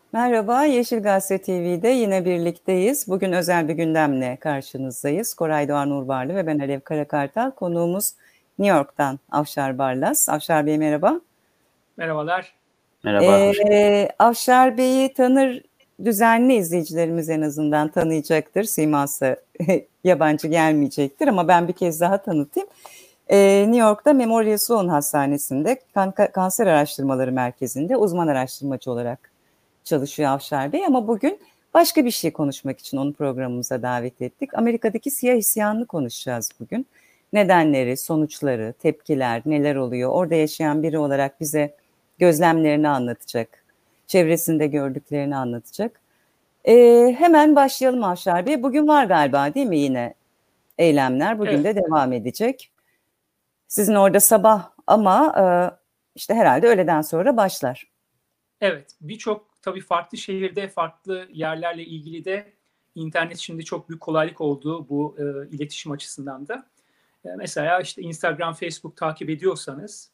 Merhaba, Yeşil Gazete TV'de yine birlikteyiz. Bugün özel bir gündemle karşınızdayız. Koray Doğan Urbarlı ve ben Alev Karakartal. Konuğumuz New York'tan Avşar Barlas. Avşar Bey merhaba. Merhabalar. Merhaba, hoş geldin. Avşar Bey'i düzenli izleyicilerimiz en azından tanıyacaktır. Siması yabancı gelmeyecektir ama ben bir kez daha tanıtayım. New York'ta Memorial Sloan Hastanesi'nde Kanser Araştırmaları Merkezi'nde uzman araştırmacı olarak çalışıyor Avşar Bey, ama bugün başka bir şey konuşmak için onu programımıza davet ettik. Amerika'daki siyah isyanını konuşacağız bugün. Nedenleri, sonuçları, tepkiler, neler oluyor? Orada yaşayan biri olarak bize gözlemlerini anlatacak, çevresinde gördüklerini anlatacak. Hemen başlayalım Avşar Bey. Bugün var galiba değil mi yine eylemler? Bugün de devam edecek. Sizin orada sabah ama işte herhalde öğleden sonra başlar. Evet, birçok tabii farklı şehirde, farklı yerlerle ilgili de internet şimdi çok büyük kolaylık oldu bu iletişim açısından da. Mesela işte Instagram, Facebook takip ediyorsanız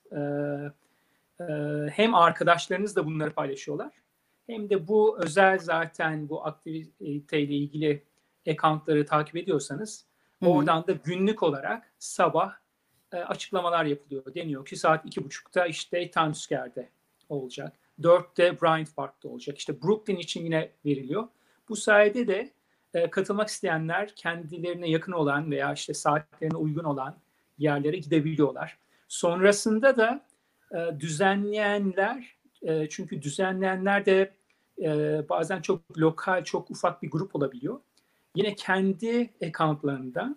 hem arkadaşlarınız da bunları paylaşıyorlar hem de bu özel zaten bu aktiviteyle ilgili accountları takip ediyorsanız oradan da günlük olarak sabah açıklamalar yapılıyor. Deniyor ki saat 2.30'da işte Times Square'de olacak. 4'te Bryant Park'ta olacak. İşte Brooklyn için yine veriliyor. Bu sayede de katılmak isteyenler kendilerine yakın olan veya işte saatlerine uygun olan yerlere gidebiliyorlar. Sonrasında da düzenleyenler, çünkü düzenleyenler de bazen çok lokal, çok ufak bir grup olabiliyor. Yine kendi accountlarında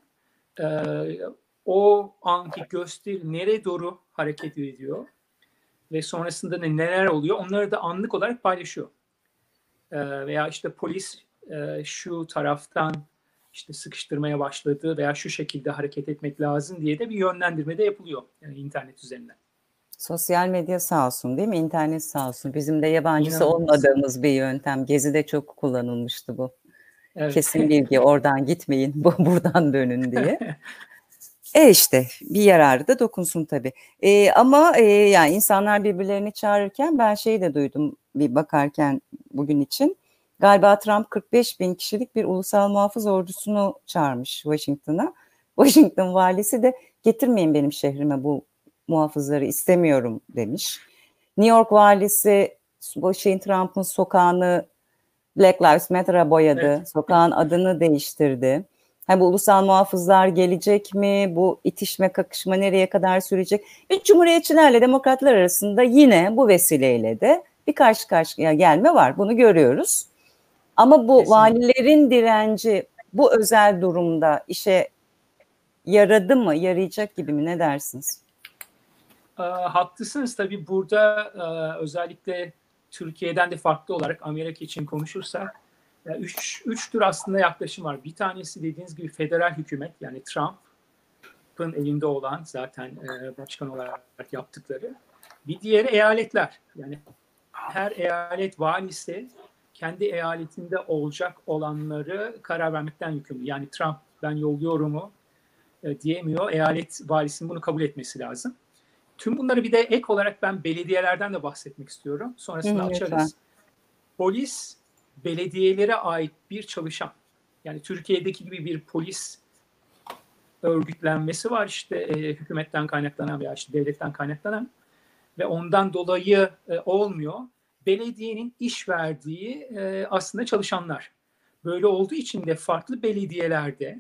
o anki gösteri nereye doğru hareket ediyor ve sonrasında neler oluyor onları da anlık olarak paylaşıyor. Veya işte polis şu taraftan işte sıkıştırmaya başladı veya şu şekilde hareket etmek lazım diye de bir yönlendirme de yapılıyor yani internet üzerinden. Sosyal medya sağ olsun değil mi? İnternet sağ olsun. Bizim de yabancısı İnanılmaz. olmadığımız bir yöntem. Gezi'de çok kullanılmıştı bu. Evet. Kesin bilgi, oradan gitmeyin, buradan dönün diye. İşte bir yararı da dokunsun tabii. Ama yani insanlar birbirlerini çağırırken ben şeyi de duydum bir bakarken bugün için. Galiba Trump 45 bin kişilik bir ulusal muhafız ordusunu çağırmış Washington'a. Washington valisi de getirmeyin benim şehrime bu muhafızları, istemiyorum demiş. New York valisi Trump'ın sokağını Black Lives Matter'a boyadı. Evet. Sokağın adını değiştirdi. Bu ulusal muhafızlar gelecek mi? Bu itişme kakışma nereye kadar sürecek? Ve Cumhuriyetçilerle Demokratlar arasında yine bu vesileyle de bir karşı karşıya gelme var. Bunu görüyoruz. Ama bu kesinlikle valilerin direnci bu özel durumda işe yaradı mı? Yarayacak gibi mi? Ne dersiniz? Haklısınız tabii burada özellikle Türkiye'den de farklı olarak Amerika için konuşursak üç tür aslında yaklaşım var. Bir tanesi dediğiniz gibi federal hükümet, yani Trump'ın elinde olan zaten başkan olarak yaptıkları. Bir diğeri eyaletler. Yani her eyalet valisi kendi eyaletinde olacak olanları karar vermekten yükümlü. Yani Trump ben yolluyorumu diyemiyor. Eyalet valisinin bunu kabul etmesi lazım. Tüm bunları bir de ek olarak ben belediyelerden de bahsetmek istiyorum. Sonrasında açarız. Lütfen. Polis belediyelere ait bir çalışan. Yani Türkiye'deki gibi bir polis örgütlenmesi var işte hükümetten kaynaklanan veya işte devletten kaynaklanan ve ondan dolayı olmuyor. Belediyenin iş verdiği aslında çalışanlar. Böyle olduğu için de farklı belediyelerde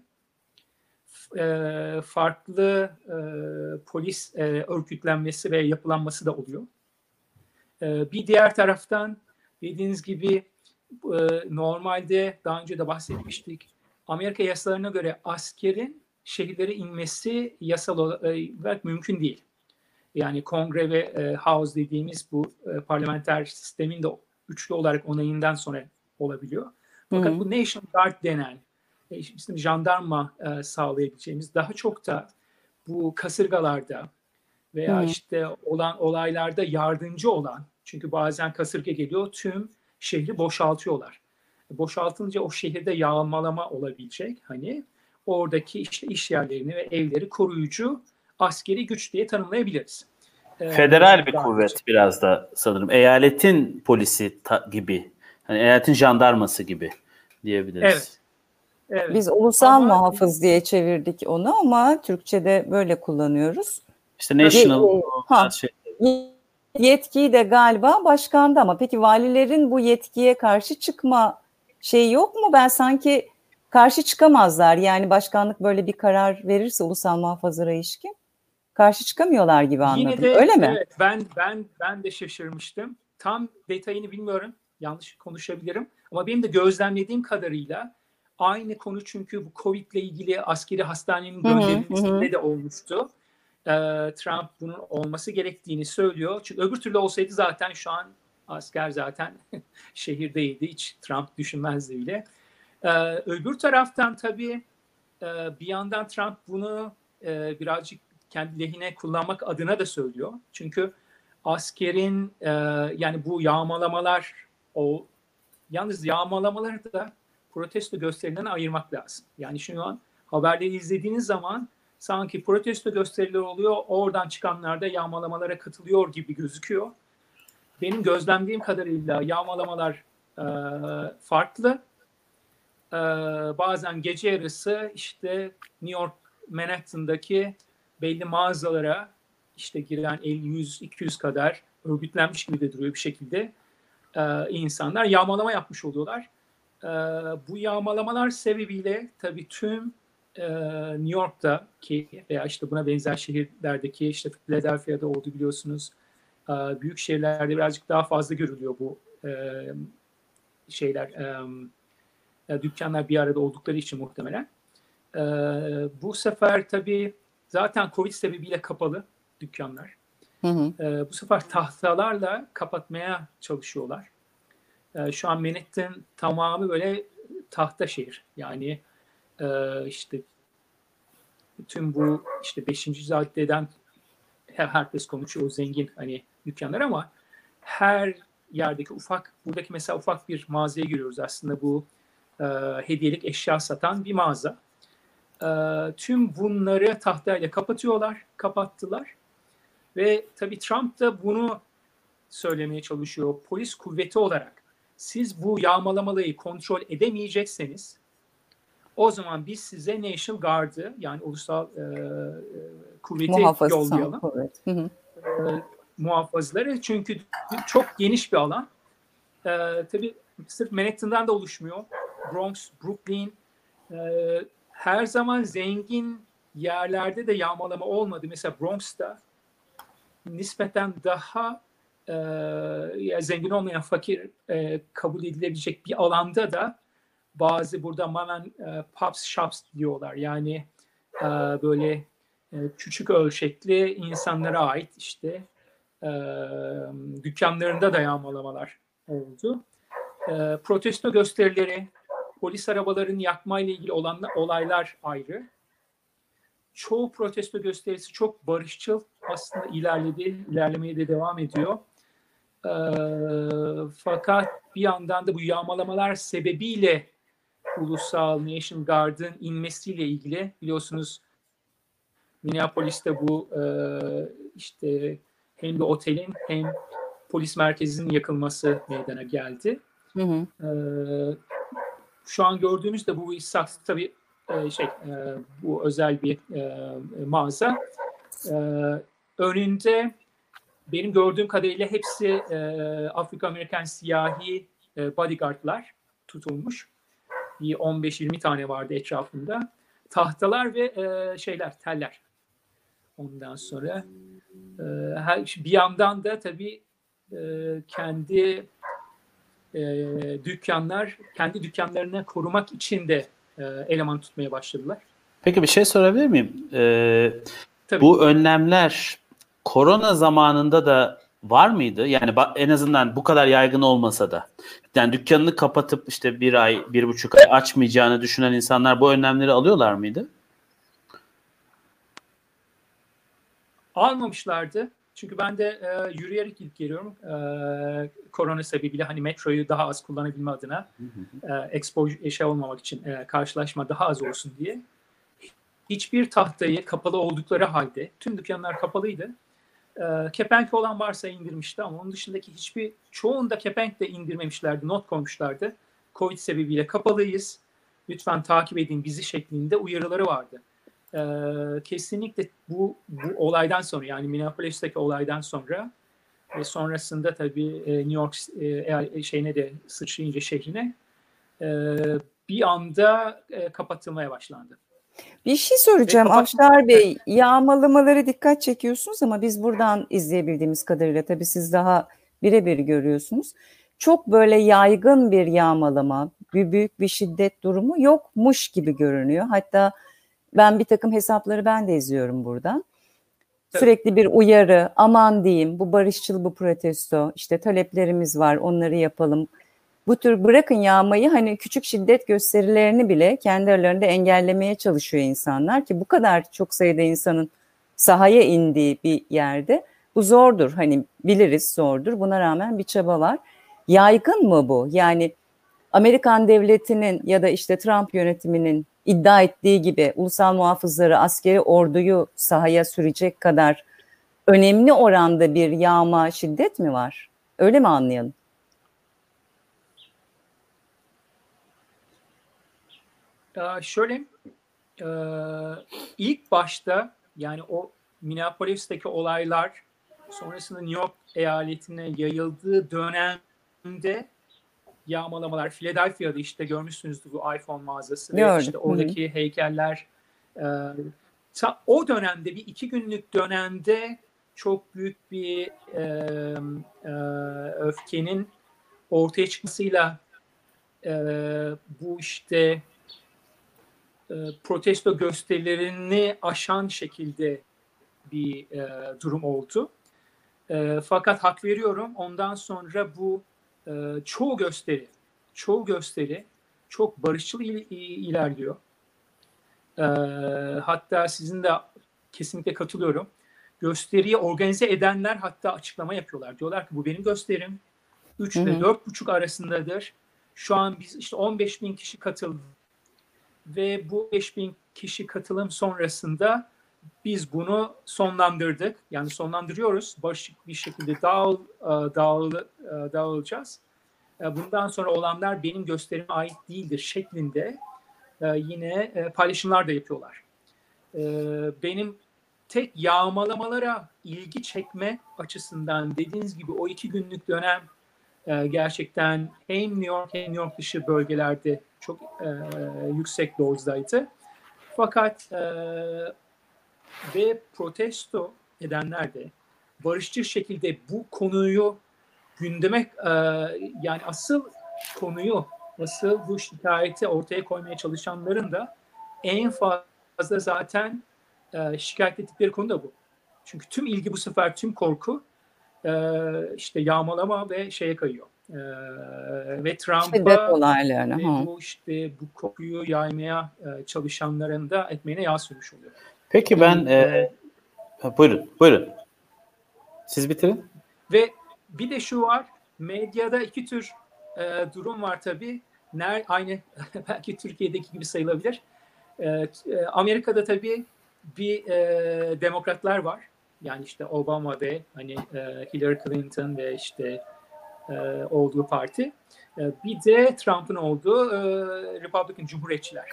farklı polis örgütlenmesi ve yapılanması da oluyor. Bir diğer taraftan dediğiniz gibi normalde daha önce de bahsetmiştik. Amerika yasalarına göre askerin şehirlere inmesi yasal olarak mümkün değil. Yani Kongre ve House dediğimiz bu parlamenter sistemin de üçlü olarak onayından sonra olabiliyor. Fakat bu National Guard denen işte jandarma sağlayabileceğimiz daha çok da bu kasırgalarda veya işte olan olaylarda yardımcı olan, çünkü bazen kasırga geliyor tüm şehri boşaltıyorlar. Boşaltınca o şehirde yağmalama olabilecek, hani oradaki işte iş yerlerini ve evleri koruyucu askeri güç diye tanımlayabiliriz. Federal bir kuvvet biraz da sanırım. Eyaletin polisi gibi. Hani eyaletin jandarması gibi diyebiliriz. Evet. Evet. Biz ulusal muhafız diye çevirdik onu ama Türkçe'de böyle kullanıyoruz. İşte national yetkiyi de galiba başkanda, ama peki valilerin bu yetkiye karşı çıkma şey yok mu? Ben sanki karşı çıkamazlar. Yani başkanlık böyle bir karar verirse ulusal muhafazalara ilişkin karşı çıkamıyorlar gibi anladım. Yine de öyle mi? Evet, ben de şaşırmıştım. Tam detayını bilmiyorum. Yanlış konuşabilirim. Ama benim de gözlemlediğim kadarıyla aynı konu, çünkü bu Covid ile ilgili askeri hastanenin gönderilmesinde de olmuştu. Trump bunun olması gerektiğini söylüyor. Çünkü öbür türlü olsaydı zaten şu an asker zaten şehirdeydi. Hiç Trump düşünmezdi bile. Öbür taraftan tabii bir yandan Trump bunu birazcık kendi lehine kullanmak adına da söylüyor. Çünkü askerin yani bu yağmalamalar, yalnız yağmalamaları da protesto gösterilerinden ayırmak lazım. Yani şu an haberleri izlediğiniz zaman sanki protesto gösterileri oluyor, oradan çıkanlar da yağmalamalara katılıyor gibi gözüküyor. Benim gözlemlediğim kadarıyla yağmalamalar farklı. Bazen gece yarısı işte New York Manhattan'daki belli mağazalara işte giren 50, 100, 200 kadar örgütlenmiş gibi de duruyor bir şekilde insanlar yağmalama yapmış oluyorlar. Bu yağmalamalar sebebiyle tabii tüm New York'taki veya işte buna benzer şehirlerdeki, işte Philadelphia'da oldu biliyorsunuz. Büyük şehirlerde birazcık daha fazla görülüyor bu şeyler. Dükkanlar bir arada oldukları için muhtemelen. Bu sefer tabii zaten Covid sebebiyle kapalı dükkanlar. Bu sefer tahtalarla kapatmaya çalışıyorlar. Şu an Manhattan tamamı böyle tahta şehir. Yani işte bütün bu işte 5. caddeden herkes konuşuyor, o zengin hani dükkanlar, ama her yerdeki buradaki mesela ufak bir mağazaya giriyoruz aslında, bu hediyelik eşya satan bir mağaza. Tüm bunları tahtayla kapattılar. Ve tabii Trump da bunu söylemeye çalışıyor. Polis kuvveti olarak siz bu yağmalamaları kontrol edemeyecekseniz o zaman biz size National Guard'ı, yani ulusal kuvveti yollayalım. Muhafızları, çünkü çok geniş bir alan. Tabii sırf Manhattan'dan da oluşmuyor. Bronx, Brooklyn, her zaman zengin yerlerde de yağmalama olmadı. Mesela Bronx'ta nispeten daha zengin olmayan, fakir kabul edilebilecek bir alanda da bazı burada mamen pops shops diyorlar. Yani böyle küçük ölçekli insanlara ait işte dükkanlarında da yağmalamalar oldu. Protesto gösterileri, polis arabalarının yakmayla ilgili olan olaylar ayrı. Çoğu protesto gösterisi çok barışçıl aslında ilerlemeye de devam ediyor. Fakat bir yandan da bu yağmalamalar sebebiyle ulusal National Guard'ın inmesiyle ilgili, biliyorsunuz Minneapolis'te bu işte hem bir otelin hem polis merkezinin yakılması meydana geldi. Şu an gördüğümüz de bu tabii bu özel bir mağaza. Önünde benim gördüğüm kadarıyla hepsi Afrika-Amerikan siyahi bodyguardlar tutulmuş. Bir 15-20 tane vardı etrafında. Tahtalar ve teller. Ondan sonra bir yandan da tabii kendi kendi dükkanlarını korumak için de eleman tutmaya başladılar. Peki bir şey sorabilir miyim? Tabii. Bu önlemler korona zamanında da var mıydı? Yani en azından bu kadar yaygın olmasa da. Yani dükkanını kapatıp işte 1 ay, 1,5 ay açmayacağını düşünen insanlar bu önlemleri alıyorlar mıydı? Almamışlardı. Çünkü ben de yürüyerek gidip geliyorum. Korona sebebiyle hani metroyu daha az kullanabilme adına, exposure olmamak için, karşılaşma daha az olsun diye. Hiçbir tahtayı kapalı oldukları halde, tüm dükkanlar kapalıydı. Kepenk olan varsa indirmişti ama onun dışındaki çoğunda kepenk de indirmemişlerdi. Not koymuşlardı. Covid sebebiyle kapalıyız. Lütfen takip edin bizi şeklinde uyarıları vardı. Kesinlikle bu olaydan sonra, yani Minneapolis'teki olaydan sonra ve sonrasında tabii New York şeyine de sıçrayınca şehrine bir anda kapatılmaya başlandı. Bir şey soracağım Afşar Bey. Yağmalamalara dikkat çekiyorsunuz ama biz buradan izleyebildiğimiz kadarıyla, tabii siz daha birebir görüyorsunuz. Çok böyle yaygın bir yağmalama, büyük bir şiddet durumu yokmuş gibi görünüyor. Hatta ben bir takım hesapları ben de izliyorum buradan. Evet. Sürekli bir uyarı, aman diyeyim, bu barışçıl, bu protesto, işte taleplerimiz var, onları yapalım. Bu tür, bırakın yağmayı, hani küçük şiddet gösterilerini bile kendi aralarında engellemeye çalışıyor insanlar ki bu kadar çok sayıda insanın sahaya indiği bir yerde bu zordur. Hani biliriz, zordur. Buna rağmen bir çaba var. Yaygın mı bu? Yani Amerikan devletinin ya da işte Trump yönetiminin iddia ettiği gibi ulusal muhafızları, askeri orduyu sahaya sürecek kadar önemli oranda bir yağma, şiddet mi var? Öyle mi anlayalım? Şöyle, ilk başta, yani o Minneapolis'teki olaylar sonrasında New York eyaletine yayıldığı dönemde yağmalamalar, Philadelphia'da işte görmüşsünüzdür bu iPhone mağazası ve işte oradaki heykeller, o dönemde, bir 2 günlük dönemde çok büyük bir öfkenin ortaya çıkmasıyla bu işte protesto gösterilerini aşan şekilde bir durum oldu. Fakat hak veriyorum, ondan sonra bu çoğu gösteri çok barışçıl ilerliyor. Hatta sizin de kesinlikle katılıyorum. Gösteriyi organize edenler hatta açıklama yapıyorlar. Diyorlar ki bu benim gösterim. 3 ile 4,5 arasındadır. Şu an biz işte 15.000 kişi katıldı. Ve bu 5.000 kişi katılım sonrasında biz bunu sonlandırdık. Yani sonlandırıyoruz. Barışık bir şekilde dağılacağız. Bundan sonra olanlar benim gösterime ait değildir şeklinde yine paylaşımlar da yapıyorlar. Benim tek yağmalamalara ilgi çekme açısından dediğiniz gibi o 2 günlük dönem gerçekten hem New York hem New York dışı bölgelerde çok yüksek dozdaydı. Fakat ve protesto edenler de barışçıl şekilde bu konuyu gündeme, yani asıl bu şikayeti ortaya koymaya çalışanların da en fazla zaten şikayet ettikleri konu da bu. Çünkü tüm ilgi bu sefer, tüm korku işte yağmalama ve şeye kayıyor. Ve Trump'a bu kokuyu yaymaya çalışanların da ekmeğine yağ sürmüş oluyor. Peki ben buyurun. Siz bitirin. Ve bir de şu var, medyada 2 tür durum var tabii. Aynı belki Türkiye'deki gibi sayılabilir. Amerika'da tabii bir demokratlar var. Yani işte Obama ve hani Hillary Clinton ve işte olduğu parti. Bir de Trump'ın olduğu Republican, Cumhuriyetçiler.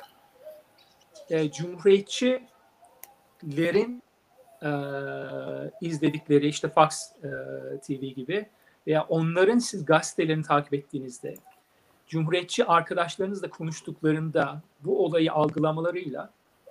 Cumhuriyetçilerin izledikleri işte Fox TV gibi veya onların siz gazetelerini takip ettiğinizde, Cumhuriyetçi arkadaşlarınızla konuştuklarında bu olayı algılamalarıyla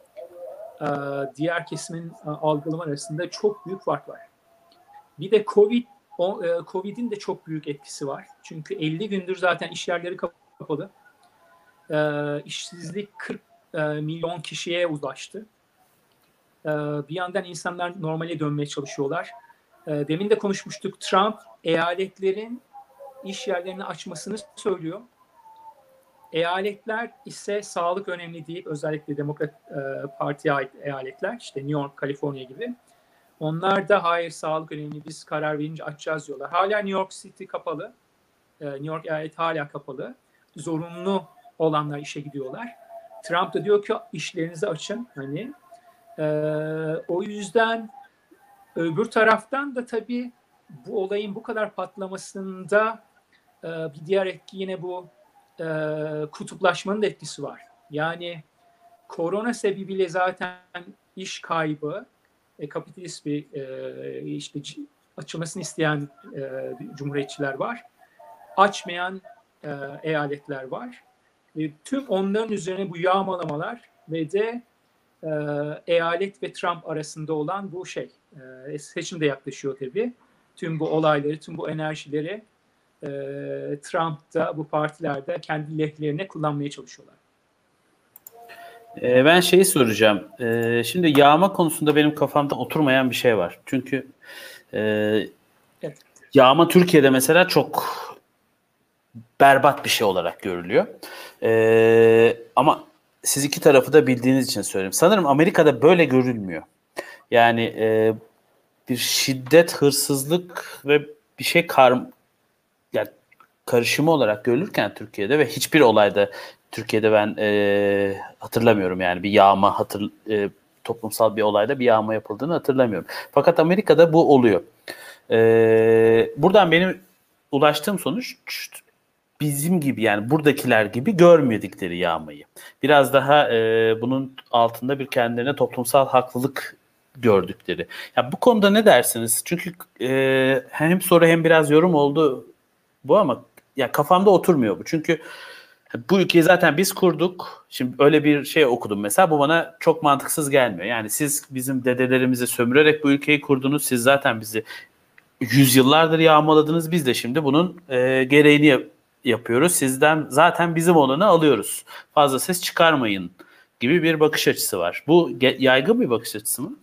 diğer kesimin algılama arasında çok büyük fark var. Bir de Covid'in de çok büyük etkisi var. Çünkü 50 gündür zaten iş yerleri kapalı. İşsizlik 40 milyon kişiye ulaştı. Bir yandan insanlar normale dönmeye çalışıyorlar. Demin de konuşmuştuk. Trump eyaletlerin iş yerlerini açmasını söylüyor. Eyaletler ise sağlık önemli deyip, özellikle Demokrat Parti'ye ait eyaletler, işte New York, Kaliforniya gibi, onlar da hayır, sağlık önemli, biz karar verince açacağız diyorlar. Hala New York City kapalı. New York eyaleti hala kapalı. Zorunlu olanlar işe gidiyorlar. Trump da diyor ki işlerinizi açın. Hani o yüzden Öbür taraftan da tabii bu olayın bu kadar patlamasında bir diğer etki yine bu kutuplaşmanın da etkisi var. Yani korona sebebiyle zaten iş kaybı, kapitalist bir işte açılmasını isteyen cumhuriyetçiler var. Açmayan eyaletler var. Ve tüm onların üzerine bu yağmalamalar ve de eyalet ve Trump arasında olan bu seçim de yaklaşıyor tabii. Tüm bu olayları, tüm bu enerjileri Trump da bu partilerde kendi lehlerine kullanmaya çalışıyorlar. Ben şeyi soracağım. Şimdi yağma konusunda benim kafamda oturmayan bir şey var. Çünkü evet. Yağma Türkiye'de mesela çok berbat bir şey olarak görülüyor. Ama siz iki tarafı da bildiğiniz için söyleyeyim. Sanırım Amerika'da böyle görülmüyor. Yani bir şiddet, hırsızlık ve bir şey yani karışımı olarak görülürken Türkiye'de ve hiçbir olayda Türkiye'de ben hatırlamıyorum yani bir yağma toplumsal bir olayda bir yağma yapıldığını hatırlamıyorum. Fakat Amerika'da bu oluyor. Buradan benim ulaştığım sonuç bizim gibi yani buradakiler gibi görmedikleri yağmayı. Biraz daha bunun altında bir kendilerine toplumsal haklılık gördükleri. Ya bu konuda ne dersiniz? Çünkü hem soru hem biraz yorum oldu bu ama ya kafamda oturmuyor bu. Çünkü bu ülkeyi zaten biz kurduk. Şimdi öyle bir şey okudum mesela. Bu bana çok mantıksız gelmiyor. Yani siz bizim dedelerimizi sömürerek bu ülkeyi kurdunuz. Siz zaten bizi yüzyıllardır yağmaladınız. Biz de şimdi bunun gereğini yapıyoruz. Sizden zaten bizim olanı alıyoruz. Fazla ses çıkarmayın gibi bir bakış açısı var. Bu yaygın bir bakış açısı mı?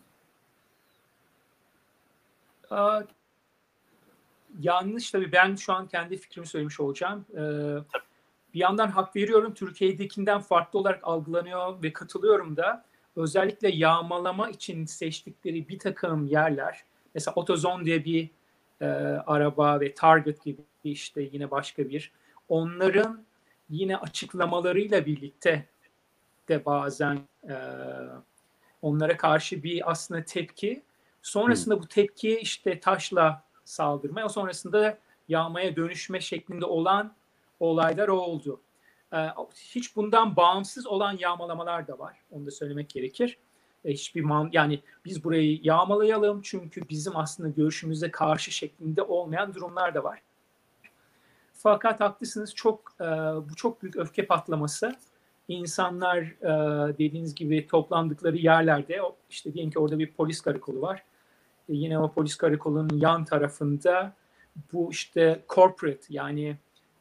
Yanlış tabii. Ben şu an kendi fikrimi söylemiş olacağım. Bir yandan hak veriyorum. Türkiye'dekinden farklı olarak algılanıyor ve katılıyorum da. Özellikle yağmalama için seçtikleri bir takım yerler. Mesela AutoZone diye bir araba ve Target gibi işte yine başka bir. Onların yine açıklamalarıyla birlikte de bazen onlara karşı bir aslında tepki. Sonrasında bu tepki işte taşla saldırmaya, sonrasında yağmaya dönüşme şeklinde olan olaylar oldu. Hiç bundan bağımsız olan yağmalamalar da var. Onu da söylemek gerekir. Yani biz burayı yağmalayalım çünkü bizim aslında görüşümüze karşı şeklinde olmayan durumlar da var. Fakat haklısınız, bu çok büyük öfke patlaması. İnsanlar dediğiniz gibi toplandıkları yerlerde işte diyelim ki orada bir polis karakolu var. Yine o polis karakolunun yan tarafında bu işte corporate yani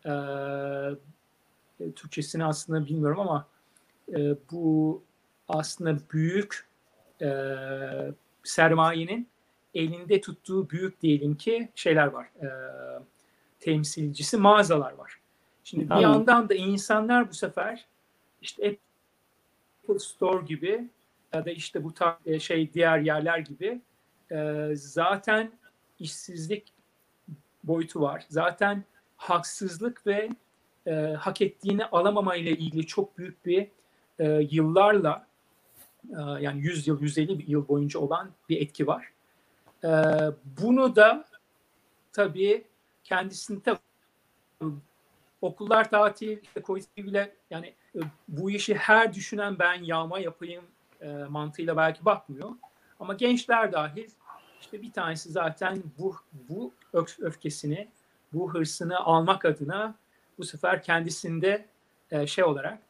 Türkçesini aslında bilmiyorum ama bu aslında büyük sermayenin elinde tuttuğu büyük diyelim ki şeyler var. Temsilcisi mağazalar var. Şimdi bir yandan da insanlar bu sefer işte Apple Store gibi ya da işte bu diğer yerler gibi zaten işsizlik boyutu var. Zaten haksızlık ve hak ettiğini alamama ile ilgili çok büyük bir yıllarla yani 100 yıl, 150 yıl boyunca olan bir etki var. Bunu da tabii kendisinde okullar tatil, işte Covid bile yani bu işi her düşünen ben yağma yapayım mantığıyla belki bakmıyor. Ama gençler dahil işte bir tanesi zaten bu öfkesini, bu hırsını almak adına bu sefer kendisinde olarak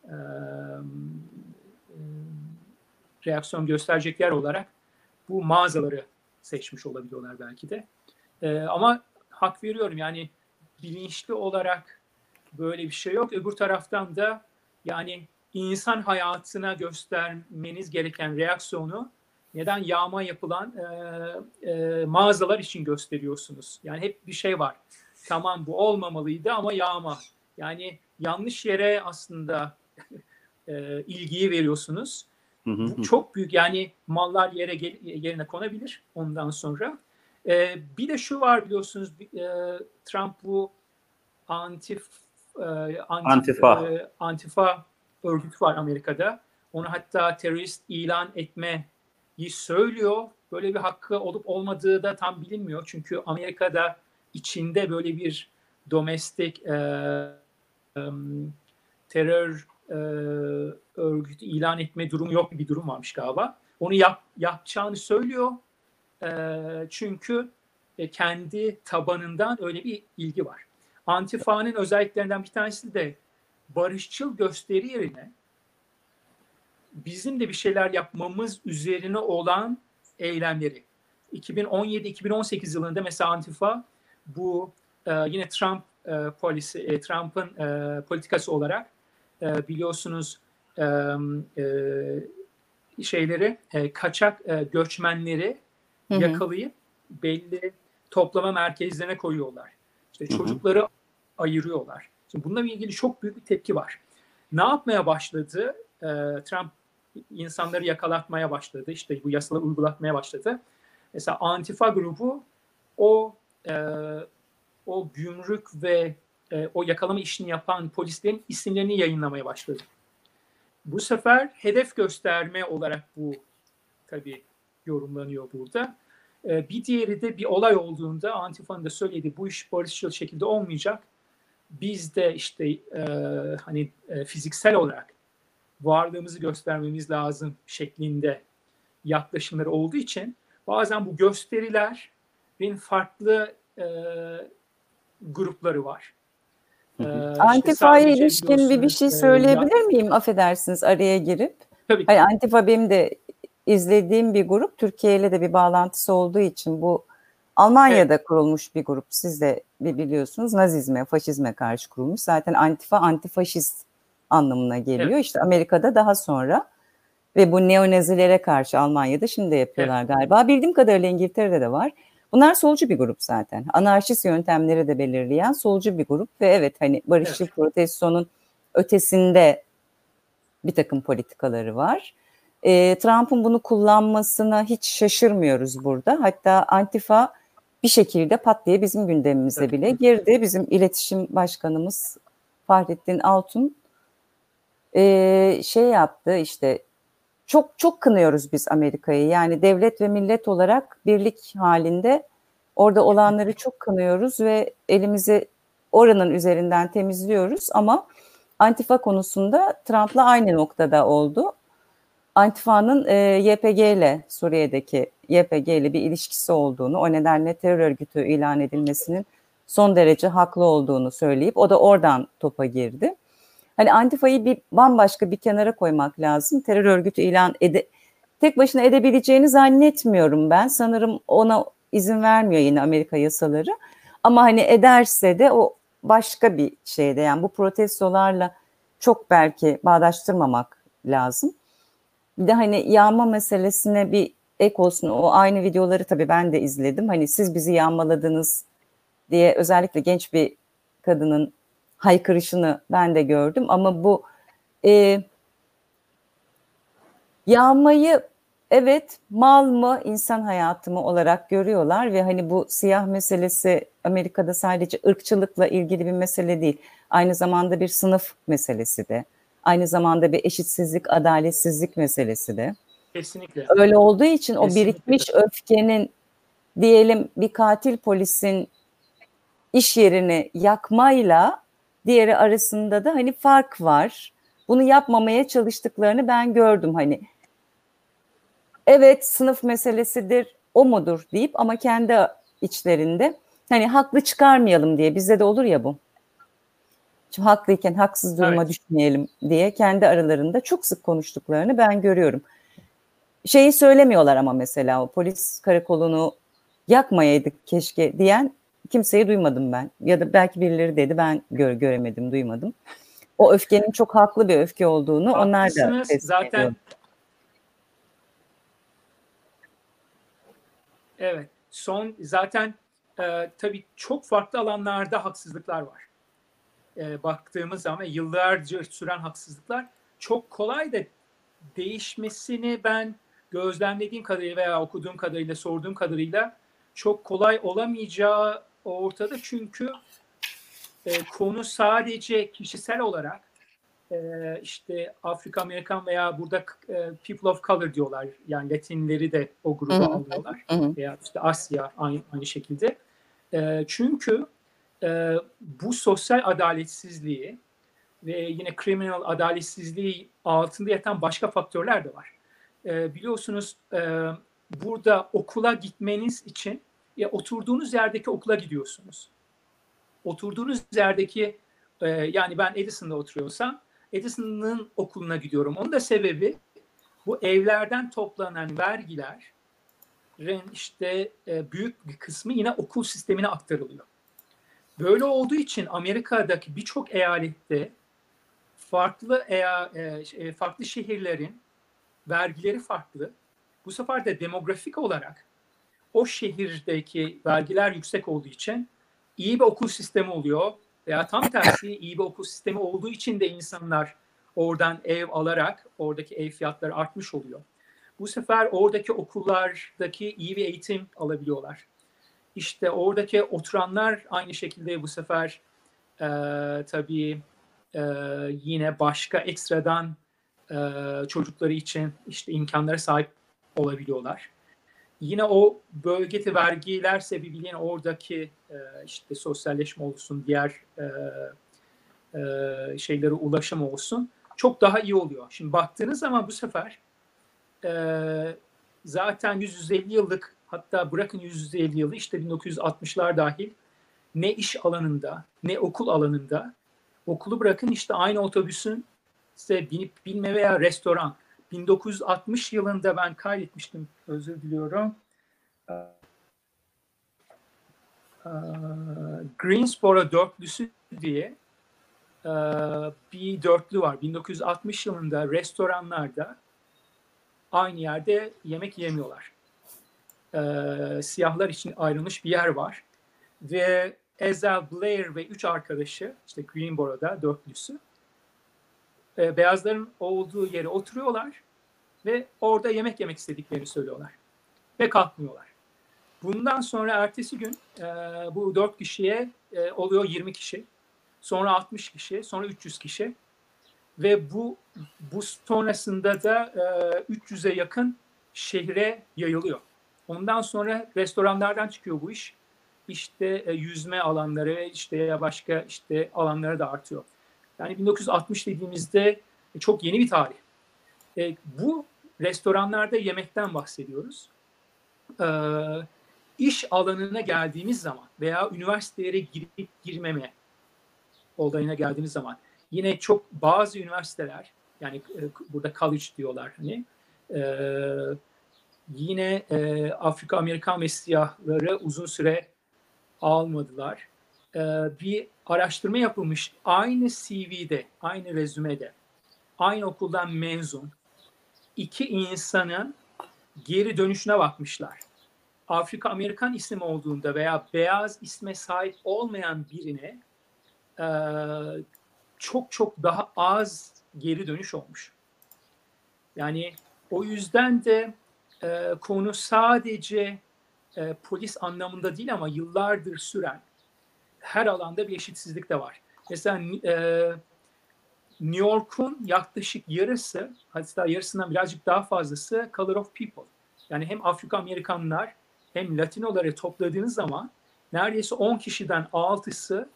reaksiyon gösterecek yer olarak bu mağazaları seçmiş olabiliyorlar belki de. Ama hak veriyorum yani bilinçli olarak böyle bir şey yok. Öbür taraftan da yani insan hayatına göstermeniz gereken reaksiyonu neden yağma yapılan mağazalar için gösteriyorsunuz? Yani hep bir şey var. Tamam bu olmamalıydı ama yağma. Yani yanlış yere aslında ilgiyi veriyorsunuz. Bu çok büyük yani mallar yerine konabilir ondan sonra. Bir de şu var biliyorsunuz Trump bu Antifa örgütü var Amerika'da. Onu hatta terörist ilan etmeyi söylüyor. böyle bir hakkı olup olmadığı da tam bilinmiyor. Çünkü Amerika'da içinde böyle bir domestik terör örgütü ilan etme durumu yok, bir durum varmış galiba. Onu yapacağını söylüyor. Çünkü kendi tabanından öyle bir ilgi var. Antifa'nın özelliklerinden bir tanesi de barışçıl gösteri yerine bizim de bir şeyler yapmamız üzerine olan eylemleri. 2017-2018 yılında mesela Antifa bu yine Trump'ın politikası olarak biliyorsunuz kaçak göçmenleri yakalayıp belli toplama merkezlerine koyuyorlar. İşte çocukları ayırıyorlar. Şimdi bununla ilgili çok büyük bir tepki var. Ne yapmaya başladı? Trump insanları yakalatmaya başladı. İşte bu yasaları uygulatmaya başladı. Mesela Antifa grubu o gümrük ve o yakalama işini yapan polislerin isimlerini yayınlamaya başladı. Bu sefer hedef gösterme olarak bu tabii yorumlanıyor burada. Bir diğeri de bir olay olduğunda Antifa'nın da söylediği bu iş barışçıl şekilde olmayacak. Biz de işte fiziksel olarak varlığımızı göstermemiz lazım şeklinde yaklaşımları olduğu için bazen bu gösterilerin farklı grupları var. Antifa'ya ilişkin bir şey söyleyebilir miyim? Affedersiniz araya girip. Tabii. Hani Antifa benim de izlediğim bir grup. Türkiye ile de bir bağlantısı olduğu için bu Almanya'da kurulmuş bir grup. Siz de biliyorsunuz Nazizme, faşizme karşı kurulmuş. Zaten Antifa antifaşist anlamına geliyor. Evet. İşte Amerika'da daha sonra ve bu neonazilere karşı Almanya'da şimdi de yapıyorlar galiba. Bildiğim kadarıyla İngiltere'de de var. Bunlar solcu bir grup zaten. Anarşist yöntemleri de belirleyen solcu bir grup ve evet hani barışçıl protestonun ötesinde bir takım politikaları var. Trump'ın bunu kullanmasına hiç şaşırmıyoruz burada. Hatta Antifa bir şekilde pat diye bizim gündemimize bile girdi. Bizim iletişim başkanımız Fahrettin Altun yaptı işte çok kınıyoruz biz Amerika'yı. Yani devlet ve millet olarak birlik halinde orada olanları çok kınıyoruz ve elimizi oranın üzerinden temizliyoruz ama Antifa konusunda Trump'la aynı noktada oldu. Antifa'nın YPG ile Suriye'deki YPG ile bir ilişkisi olduğunu, o nedenle terör örgütü ilan edilmesinin son derece haklı olduğunu söyleyip o da oradan topa girdi. Hani Antifa'yı bir bambaşka bir kenara koymak lazım. Terör örgütü tek başına edebileceğini zannetmiyorum ben. Sanırım ona izin vermiyor yine Amerika yasaları. Ama hani ederse de o başka bir şeyde, yani bu protestolarla çok belki bağdaştırmamak lazım. Bir de hani yağma meselesine bir ek olsun. O aynı videoları tabii ben de izledim. Hani siz bizi yağmaladınız diye özellikle genç bir kadının haykırışını ben de gördüm. Ama bu yağmayı evet mal mı insan hayatı mı olarak görüyorlar ve hani bu siyah meselesi Amerika'da sadece ırkçılıkla ilgili bir mesele değil. Aynı zamanda bir sınıf meselesi de. Aynı zamanda bir eşitsizlik, adaletsizlik meselesi de. Kesinlikle. Öyle olduğu için o birikmiş öfkenin, diyelim bir katil polisin iş yerini yakmayla diğeri arasında da hani fark var. Bunu yapmamaya çalıştıklarını ben gördüm hani. Evet sınıf meselesidir, o mudur deyip ama kendi içlerinde hani haklı çıkarmayalım diye, bizde de olur ya bu. Şimdi haklıyken haksız duruma düşmeyelim diye kendi aralarında çok sık konuştuklarını ben görüyorum. Şeyi söylemiyorlar ama mesela o polis karakolunu yakmayaydık keşke diyen kimseyi duymadım ben. Ya da belki birileri dedi, ben göremedim, duymadım. O öfkenin çok haklı bir öfke olduğunu onlar da zaten ediyor. Evet. Zaten tabii çok farklı alanlarda haksızlıklar var. Baktığımız zaman yıllarca süren haksızlıklar çok kolay da değişmesini ben gözlemlediğim kadarıyla veya okuduğum kadarıyla, sorduğum kadarıyla çok kolay olamayacağı ortada. Çünkü konu sadece kişisel olarak işte Afrika Amerikan veya burada people of color diyorlar. Yani Latinleri de o gruba alıyorlar. Veya işte Asya aynı şekilde. Çünkü bu sosyal adaletsizliği ve yine criminal adaletsizliği altında yatan başka faktörler de var. Biliyorsunuz burada okula gitmeniz için oturduğunuz yerdeki okula gidiyorsunuz. Oturduğunuz yerdeki yani ben Edison'da oturuyorsam Edison'ın okuluna gidiyorum. Onun da sebebi bu evlerden toplanan vergilerin işte büyük bir kısmı yine okul sistemine aktarılıyor. Böyle olduğu için Amerika'daki birçok eyalette farklı şehirlerin vergileri farklı. Bu sefer de demografik olarak o şehirdeki vergiler yüksek olduğu için iyi bir okul sistemi oluyor. Veya tam tersi iyi bir okul sistemi olduğu için de insanlar oradan ev alarak oradaki ev fiyatları artmış oluyor. Bu sefer oradaki okullardaki iyi bir eğitim alabiliyorlar. İşte oradaki oturanlar aynı şekilde bu sefer tabii yine başka ekstradan çocukları için işte imkanlara sahip olabiliyorlar. Yine o bölgede vergiler sebebiyle oradaki işte sosyalleşme olsun, diğer şeylere ulaşım olsun çok daha iyi oluyor. Şimdi baktığınız zaman bu sefer zaten 150 yıllık, hatta bırakın 150 yılı, işte 1960'lar dahil ne iş alanında ne okul alanında, okulu bırakın işte aynı otobüsün size binip binme veya restoran. 1960 yılında ben kaydetmiştim, özür diliyorum. Greensboro dörtlüsü diye bir dörtlü var. 1960 yılında restoranlarda aynı yerde yemek yemiyorlar. Siyahlar için ayrılmış bir yer var. Ve Ezell Blair ve 3 arkadaşı, işte Greensboro'da dörtlüsü, beyazların olduğu yere oturuyorlar ve orada yemek yemek istediklerini söylüyorlar. Ve kalkmıyorlar. Bundan sonra ertesi gün bu 4 kişiye oluyor 20 kişi. Sonra 60 kişi, sonra 300 kişi. Ve bu sonrasında da 300'e yakın şehre yayılıyor. Ondan sonra restoranlardan çıkıyor bu iş. İşte yüzme alanları, işte başka işte alanları da artıyor. Yani 1960 dediğimizde çok yeni bir tarih. Bu restoranlarda yemekten bahsediyoruz. İş alanına geldiğimiz zaman veya üniversitelere girip girmeme olayına geldiğimiz zaman yine çok bazı üniversiteler, yani burada college diyorlar hani, yine Afrika Amerikan ve siyahları uzun süre almadılar. Bir araştırma yapılmış, aynı CV'de, aynı rezümede, aynı okuldan mezun 2 insanın geri dönüşüne bakmışlar. Afrika Amerikan ismi olduğunda veya beyaz isme sahip olmayan birine çok çok daha az geri dönüş olmuş. Yani o yüzden de konu sadece polis anlamında değil ama yıllardır süren her alanda bir eşitsizlik de var. Mesela New York'un yaklaşık yarısı, hatta yarısından birazcık daha fazlası color of people. Yani hem Afrika Amerikanlar hem Latinoları topladığınız zaman neredeyse 10 kişiden 6'sı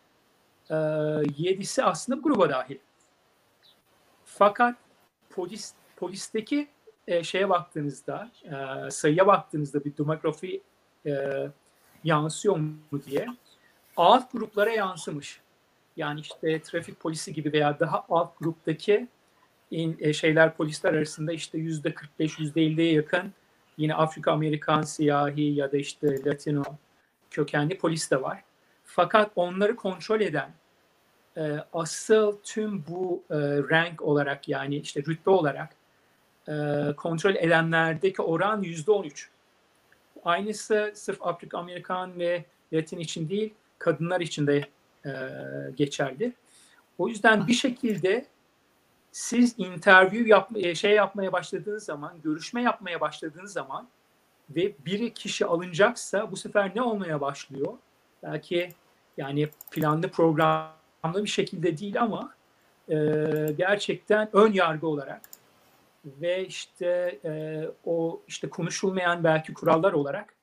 7'si aslında bu gruba dahil. Fakat polisteki şeye baktığınızda, sayıya baktığınızda bir demografi yansıyor mu diye alt gruplara yansımış. Yani işte trafik polisi gibi veya daha alt gruptaki polisler arasında işte %45, %50'ye yakın yine Afrika Amerikan, siyahi ya da işte Latino kökenli polis de var. Fakat onları kontrol eden asıl tüm bu rank olarak, yani işte rütbe olarak kontrol edenlerdeki oran %13. Aynısı sırf Afrika Amerikan ve Latin için değil, kadınlar için de geçerli. O yüzden bir şekilde siz yapmaya başladığınız zaman, görüşme yapmaya başladığınız zaman ve bir kişi alınacaksa bu sefer ne olmaya başlıyor? Belki yani planlı programlı bir şekilde değil ama gerçekten ön yargı olarak ve işte o işte konuşulmayan belki kurallar olarak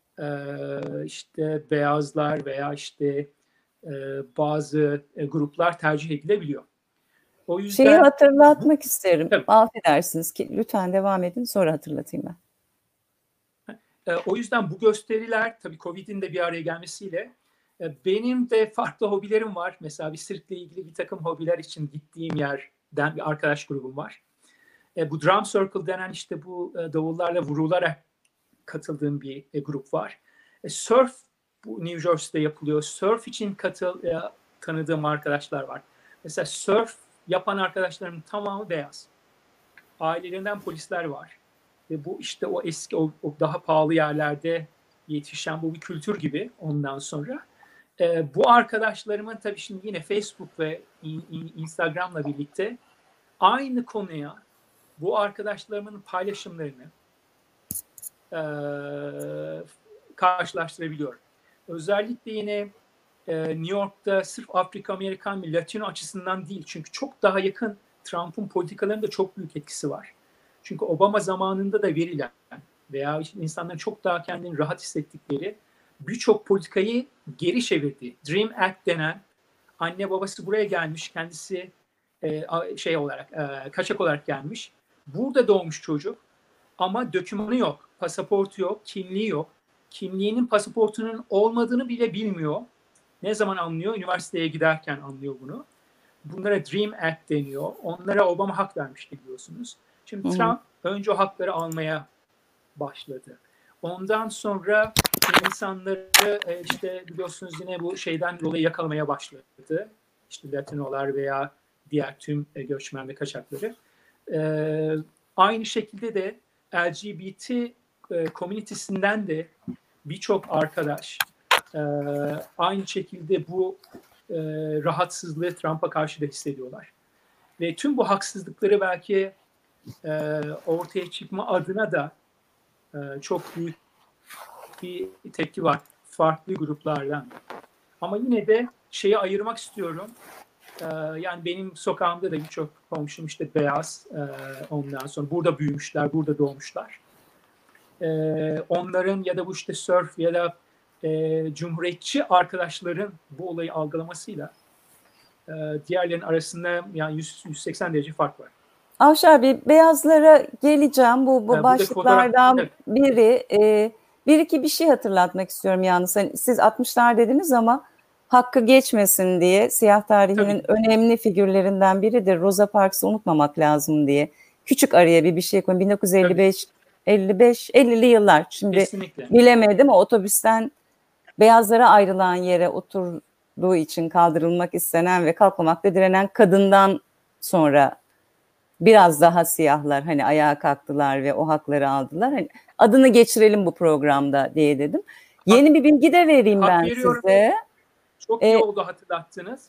işte beyazlar veya işte bazı gruplar tercih edilebiliyor. O yüzden şeyi hatırlatmak isterim. Tabii. Affedersiniz ki lütfen devam edin, sonra hatırlatayım ben. O yüzden bu gösteriler tabii Covid'in de bir araya gelmesiyle benim de farklı hobilerim var. Mesela bir sirkle ilgili bir takım hobiler için gittiğim yerden bir arkadaş grubum var. Bu Drum Circle denen işte bu davullarla vurularak katıldığım bir grup var. Surf bu New Jersey'de yapılıyor. Surf için tanıdığım arkadaşlar var. Mesela surf yapan arkadaşlarımın tamamı beyaz. Ailelerinden polisler var. Ve bu işte o eski o daha pahalı yerlerde yetişen bu bir kültür gibi ondan sonra. Bu arkadaşlarımın tabii şimdi yine Facebook ve Instagram'la birlikte aynı konuya bu arkadaşlarımın paylaşımlarını karşılaştırabiliyorum. Özellikle yine New York'ta sırf Afrika-Amerikan ve Latino açısından değil. Çünkü çok daha yakın Trump'ın politikalarında çok büyük etkisi var. Çünkü Obama zamanında da verilen veya insanların çok daha kendini rahat hissettikleri birçok politikayı geri çevirdi. Dream Act denen anne babası buraya gelmiş, kendisi kaçak olarak gelmiş. Burada doğmuş çocuk ama dokümanı yok, pasaportu yok, kimliği yok. Kimliğinin pasaportunun olmadığını bile bilmiyor. Ne zaman anlıyor? Üniversiteye giderken anlıyor bunu. Bunlara Dream Act deniyor. Onlara Obama hak vermişti biliyorsunuz. Şimdi Trump önce o hakları almaya başladı. Ondan sonra insanları işte biliyorsunuz yine bu şeyden dolayı yakalamaya başladı. İşte Latinolar veya diğer tüm göçmen ve kaçakları. Aynı şekilde de LGBT komünitesinden de birçok arkadaş aynı şekilde bu rahatsızlığı Trump'a karşı da hissediyorlar. Ve tüm bu haksızlıkları belki ortaya çıkma adına da çok büyük bir tepki var farklı gruplardan. Ama yine de şeyi ayırmak istiyorum. Yani benim sokağımda da birçok komşum işte beyaz, ondan sonra burada büyümüşler, burada doğmuşlar. Onların ya da bu işte surf ya da cumhuriyetçi arkadaşların bu olayı algılamasıyla diğerlerinin arasında yani 180 derece fark var. Avşar Bey, beyazlara geleceğim. Bu başlıklardan biri. Bir iki bir şey hatırlatmak istiyorum yalnız. Hani siz 60'lar dediniz ama hakkı geçmesin diye siyah tarihinin önemli figürlerinden biridir. Rosa Parks'ı unutmamak lazım diye. Küçük araya bir şey koyun. 1955, 50'li yıllar. Şimdi kesinlikle bilemedim. O otobüsten beyazlara ayrılan yere oturduğu için kaldırılmak istenen ve kalkmamakta direnen kadından sonra biraz daha siyahlar hani ayağa kalktılar ve o hakları aldılar. Hani adını geçirelim bu programda diye dedim. Yeni bir bilgi de vereyim ben size. Çok iyi oldu hatırlattınız.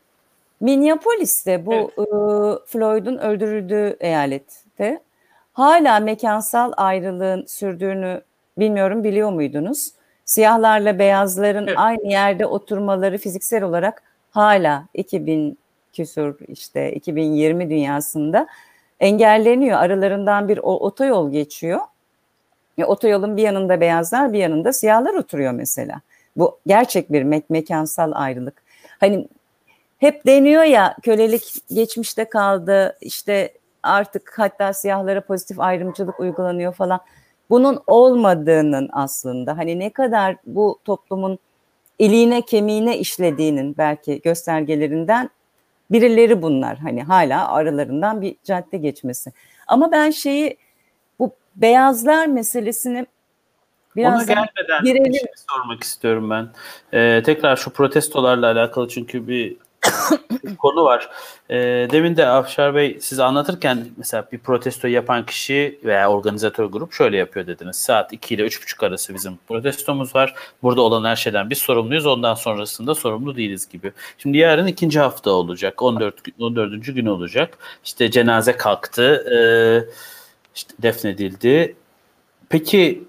Minneapolis'te bu Floyd'un öldürüldüğü eyalette hala mekansal ayrılığın sürdüğünü bilmiyorum, biliyor muydunuz? Siyahlarla beyazların aynı yerde oturmaları fiziksel olarak hala 2000 küsur işte 2020 dünyasında engelleniyor. Aralarından bir otoyol geçiyor. Otoyolun bir yanında beyazlar, bir yanında siyahlar oturuyor mesela. Bu gerçek bir mekansal ayrılık. Hani hep deniyor ya, kölelik geçmişte kaldı, işte artık hatta siyahlara pozitif ayrımcılık uygulanıyor falan. Bunun olmadığının aslında hani ne kadar bu toplumun iliğine kemiğine işlediğinin belki göstergelerinden birileri bunlar. Hani hala aralarından bir cadde geçmesi. Ama ben bu beyazlar meselesini biraz ona gelmeden bir şey sormak istiyorum ben. Tekrar şu protestolarla alakalı çünkü bir konu var. Demin de Avşar Bey siz anlatırken mesela bir protesto yapan kişi veya organizatör grup şöyle yapıyor dediniz. Saat 2 ile 3.30 arası bizim protestomuz var. Burada olan her şeyden biz sorumluyuz. Ondan sonrasında sorumlu değiliz gibi. Şimdi yarın 2. hafta olacak. 14. gün olacak. İşte cenaze kalktı. İşte defnedildi. Peki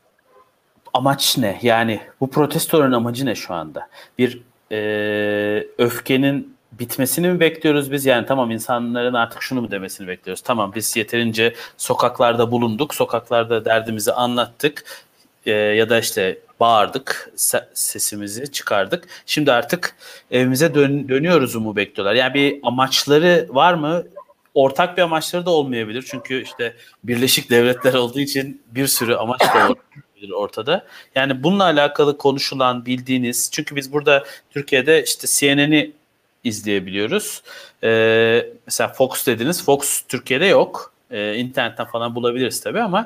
amaç ne? Yani bu protestoların amacı ne şu anda? Bir öfkenin bitmesini mi bekliyoruz biz? Yani tamam, insanların artık şunu mu demesini bekliyoruz? Tamam, biz yeterince sokaklarda bulunduk, sokaklarda derdimizi anlattık ya da işte bağırdık, sesimizi çıkardık. Şimdi artık evimize dönüyoruz mu bekliyorlar? Yani bir amaçları var mı? Ortak bir amaçları da olmayabilir. Çünkü işte Birleşik Devletler olduğu için bir sürü amaç da olabilir ortada. Yani bununla alakalı konuşulan, bildiğiniz, çünkü biz burada Türkiye'de işte CNN'i izleyebiliyoruz. Mesela Fox dediniz. Fox Türkiye'de yok. İnternetten falan bulabiliriz tabii ama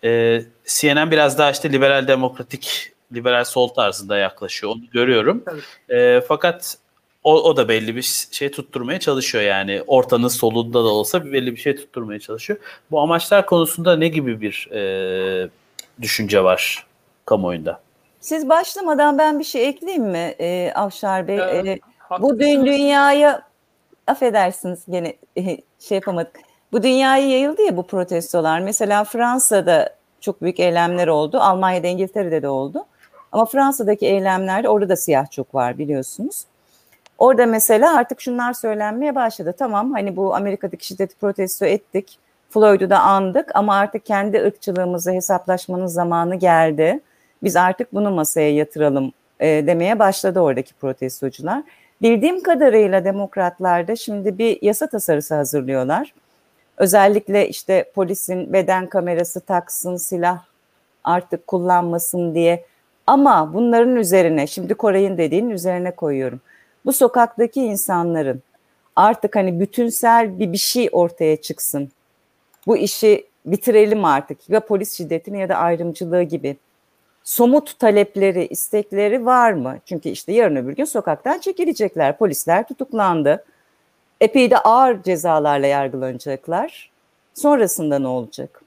CNN biraz daha işte liberal demokratik, liberal sol tarzında yaklaşıyor. Onu görüyorum. Fakat o da belli bir şey tutturmaya çalışıyor yani. Ortanın solunda da olsa belli bir şey tutturmaya çalışıyor. Bu amaçlar konusunda ne gibi bir düşünce var kamuoyunda? Siz başlamadan ben bir şey ekleyeyim mi Avşar Bey? Bu Haklısınız. dünyaya, affedersiniz gene şey yapamadık. Bu dünyaya yayıldı ya bu protestolar. Mesela Fransa'da çok büyük eylemler oldu. Almanya'da, İngiltere'de de oldu. Ama Fransa'daki eylemlerde, orada da siyah çok var biliyorsunuz. Orada mesela artık şunlar söylenmeye başladı. Tamam, hani bu Amerika'daki şiddeti protesto ettik. Floyd'u da andık ama artık kendi ırkçılığımızı hesaplaşmanın zamanı geldi. Biz artık bunu masaya yatıralım demeye başladı oradaki protestocular. Bildiğim kadarıyla demokratlar da şimdi bir yasa tasarısı hazırlıyorlar. Özellikle işte polisin beden kamerası taksın, silah artık kullanmasın diye. Ama bunların üzerine, şimdi Koray'ın dediğinin üzerine koyuyorum. Bu sokaktaki insanların artık hani bütünsel bir şey ortaya çıksın. Bu işi bitirelim artık. Ya polis şiddetini ya da ayrımcılığı gibi. Somut talepleri, istekleri var mı? Çünkü işte yarın öbür gün sokaktan çekilecekler. Polisler tutuklandı. Epey de ağır cezalarla yargılanacaklar. Sonrasında ne olacak?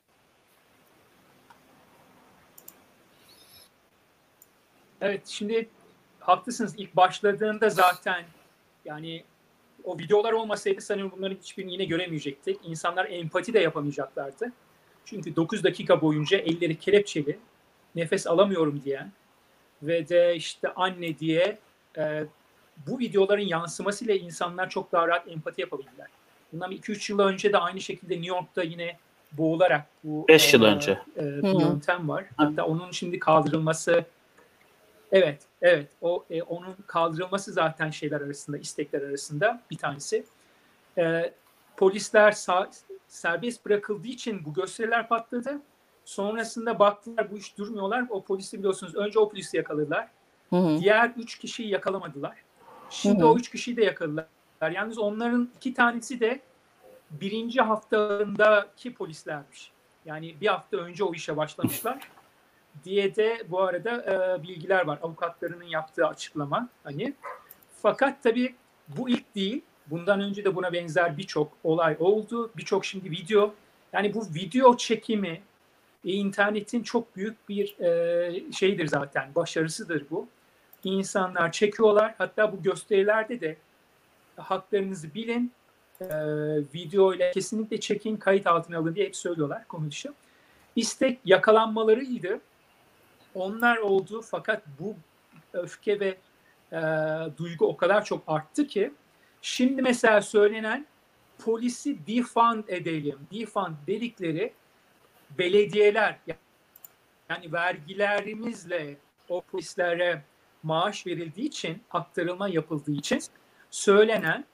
Evet, şimdi haklısınız. İlk başladığında zaten yani o videolar olmasaydı sanırım bunların hiçbirini yine göremeyecektik. İnsanlar empati de yapamayacaklardı. Çünkü 9 dakika boyunca elleri kelepçeli, nefes alamıyorum diyen ve de işte anne diye bu videoların yansımasıyla insanlar çok daha rahat empati yapabildiler. Bundan 2-3 yıl önce de aynı şekilde New York'ta yine boğularak bu 5 yıl önce bir yöntem var. Hatta onun şimdi kaldırılması, evet onun kaldırılması zaten şeyler arasında, istekler arasında bir tanesi. Polisler serbest bırakıldığı için bu gösteriler patladı. Sonrasında baktılar bu iş durmuyorlar. O polisi biliyorsunuz önce o polisi yakaladılar. Diğer 3 kişiyi yakalamadılar. Şimdi o 3 kişiyi de yakaladılar. Yalnız onların 2 tanesi de birinci haftalarındaki polislermiş. Yani bir hafta önce o işe başlamışlar diye de bu arada bilgiler var. Avukatlarının yaptığı açıklama. Hani. Fakat tabii bu ilk değil. Bundan önce de buna benzer birçok olay oldu. Birçok şimdi video. Yani bu video çekimi internetin çok büyük bir şeydir zaten. Başarısıdır bu. İnsanlar çekiyorlar. Hatta bu gösterilerde de haklarınızı bilin. Video ile kesinlikle çekin, kayıt altına alın diye hep söylüyorlar konu dışı. İstek yakalanmalarıydı. Onlar oldu fakat bu öfke ve duygu o kadar çok arttı ki şimdi mesela söylenen polisi defund edelim. Defund dedikleri belediyeler, yani vergilerimizle o polislere maaş verildiği için, aktarılma yapıldığı için söylenen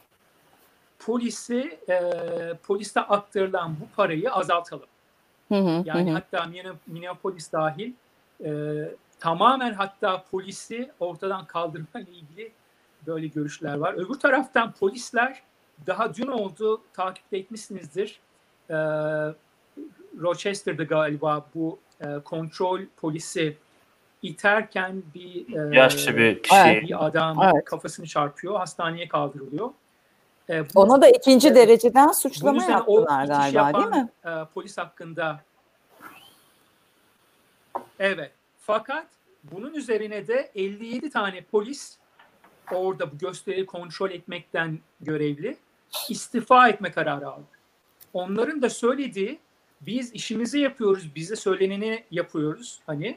polise aktarılan bu parayı azaltalım. Yani hatta Minneapolis dahil tamamen hatta polisi ortadan kaldırma ile ilgili böyle görüşler var. Öbür taraftan polisler daha dün oldu, takip etmişsinizdir. Rochester'da galiba bu kontrol polisi iterken yaşlı bir kişi, bir adam kafasını çarpıyor, hastaneye kaldırılıyor. Ona da ikinci dereceden suçlama yaptılar galiba, değil mi? Polis hakkında. Evet. Fakat bunun üzerine de 57 tane polis orada bu gösteriyi kontrol etmekten görevli istifa etme kararı aldı. Onların da söylediği biz işimizi yapıyoruz, bize söyleneni yapıyoruz. Hani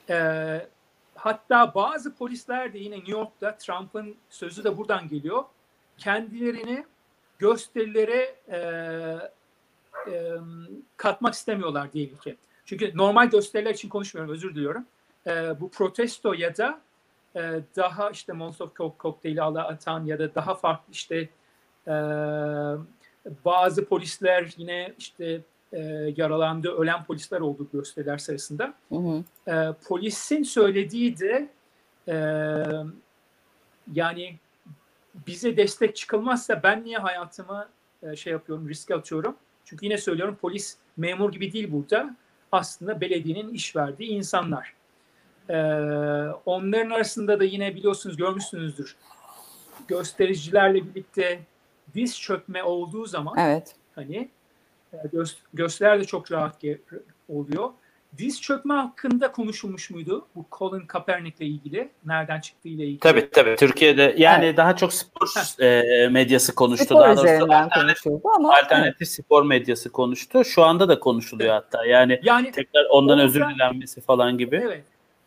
hatta bazı polisler de yine New York'ta Trump'ın sözü de buradan geliyor. kendilerini gösterilere katmak istemiyorlar diyelim ki. Çünkü normal gösteriler için konuşmuyorum, özür diliyorum. Bu protesto ya da daha işte Molotov kokteyli atan ya da daha farklı işte bazı polisler yine işte yaralandı, ölen polisler oldu gösteriler sırasında. Hı hı. Polisin söylediği de yani bize destek çıkılmazsa ben niye hayatımı şey yapıyorum, riske atıyorum? Çünkü yine söylüyorum, polis memur gibi değil burada. Aslında belediyenin iş verdiği insanlar. Onların arasında da yine biliyorsunuz, görmüşsünüzdür. Göstericilerle birlikte diz çökme olduğu zaman Evet. hani gösteriler de çok rahat oluyor. Diz çökme hakkında konuşulmuş muydu? Bu Colin Kaepernick'le ilgili. Nereden çıktığı ile ilgili. Tabii. Türkiye'de yani daha çok spor medyası konuştu. Spor daha doğrusu üzerinden konuşuldu ama alternatif spor medyası konuştu. Şu anda da konuşuluyor hatta. Yani tekrar ondan orada, özür dilenmesi falan gibi. Evet.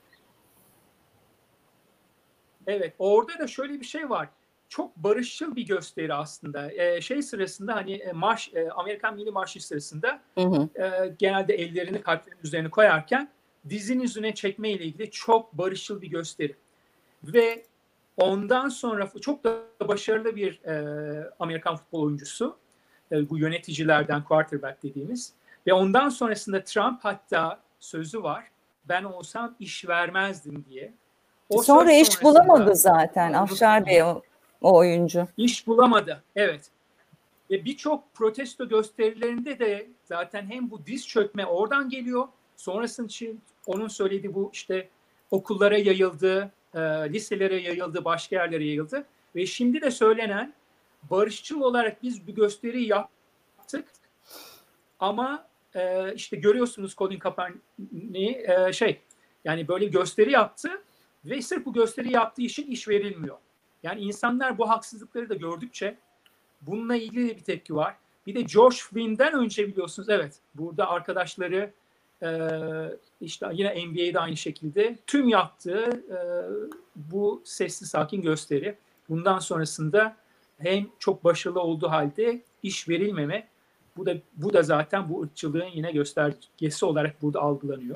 Evet. Orada da şöyle bir şey var. Çok barışçıl bir gösteri aslında. Şey sırasında hani Amerikan Milli Marşı sırasında genelde ellerini kalplerin üzerine koyarken dizin yüzüne çekme ile ilgili çok barışçıl bir gösteri. Ve ondan sonra çok da başarılı bir Amerikan futbol oyuncusu. Bu yöneticilerden quarterback dediğimiz. Ve ondan sonrasında Trump hatta sözü var. Ben olsam iş vermezdim diye. Sonra iş bulamadı zaten Afşar Bey o oyuncu. İş bulamadı, evet. Ve birçok protesto gösterilerinde de zaten hem bu diz çökme oradan geliyor. Sonrasında onun söylediği bu işte okullara yayıldı, liselere yayıldı, başka yerlere yayıldı. Ve şimdi de söylenen barışçıl olarak biz bir gösteri yaptık. Ama işte görüyorsunuz Colin Kaepernick'i yani böyle gösteri yaptı ve sırf bu gösteri yaptığı için iş verilmiyor. Yani insanlar bu haksızlıkları da gördükçe bununla ilgili de bir tepki var. Bir de George Floyd'den önce biliyorsunuz, evet, burada arkadaşları işte yine NBA'de aynı şekilde tüm yaptığı bu sessiz sakin gösteri. Bundan sonrasında hem çok başarılı olduğu halde iş verilmeme, bu da zaten bu ırkçılığın yine göstergesi olarak burada algılanıyor.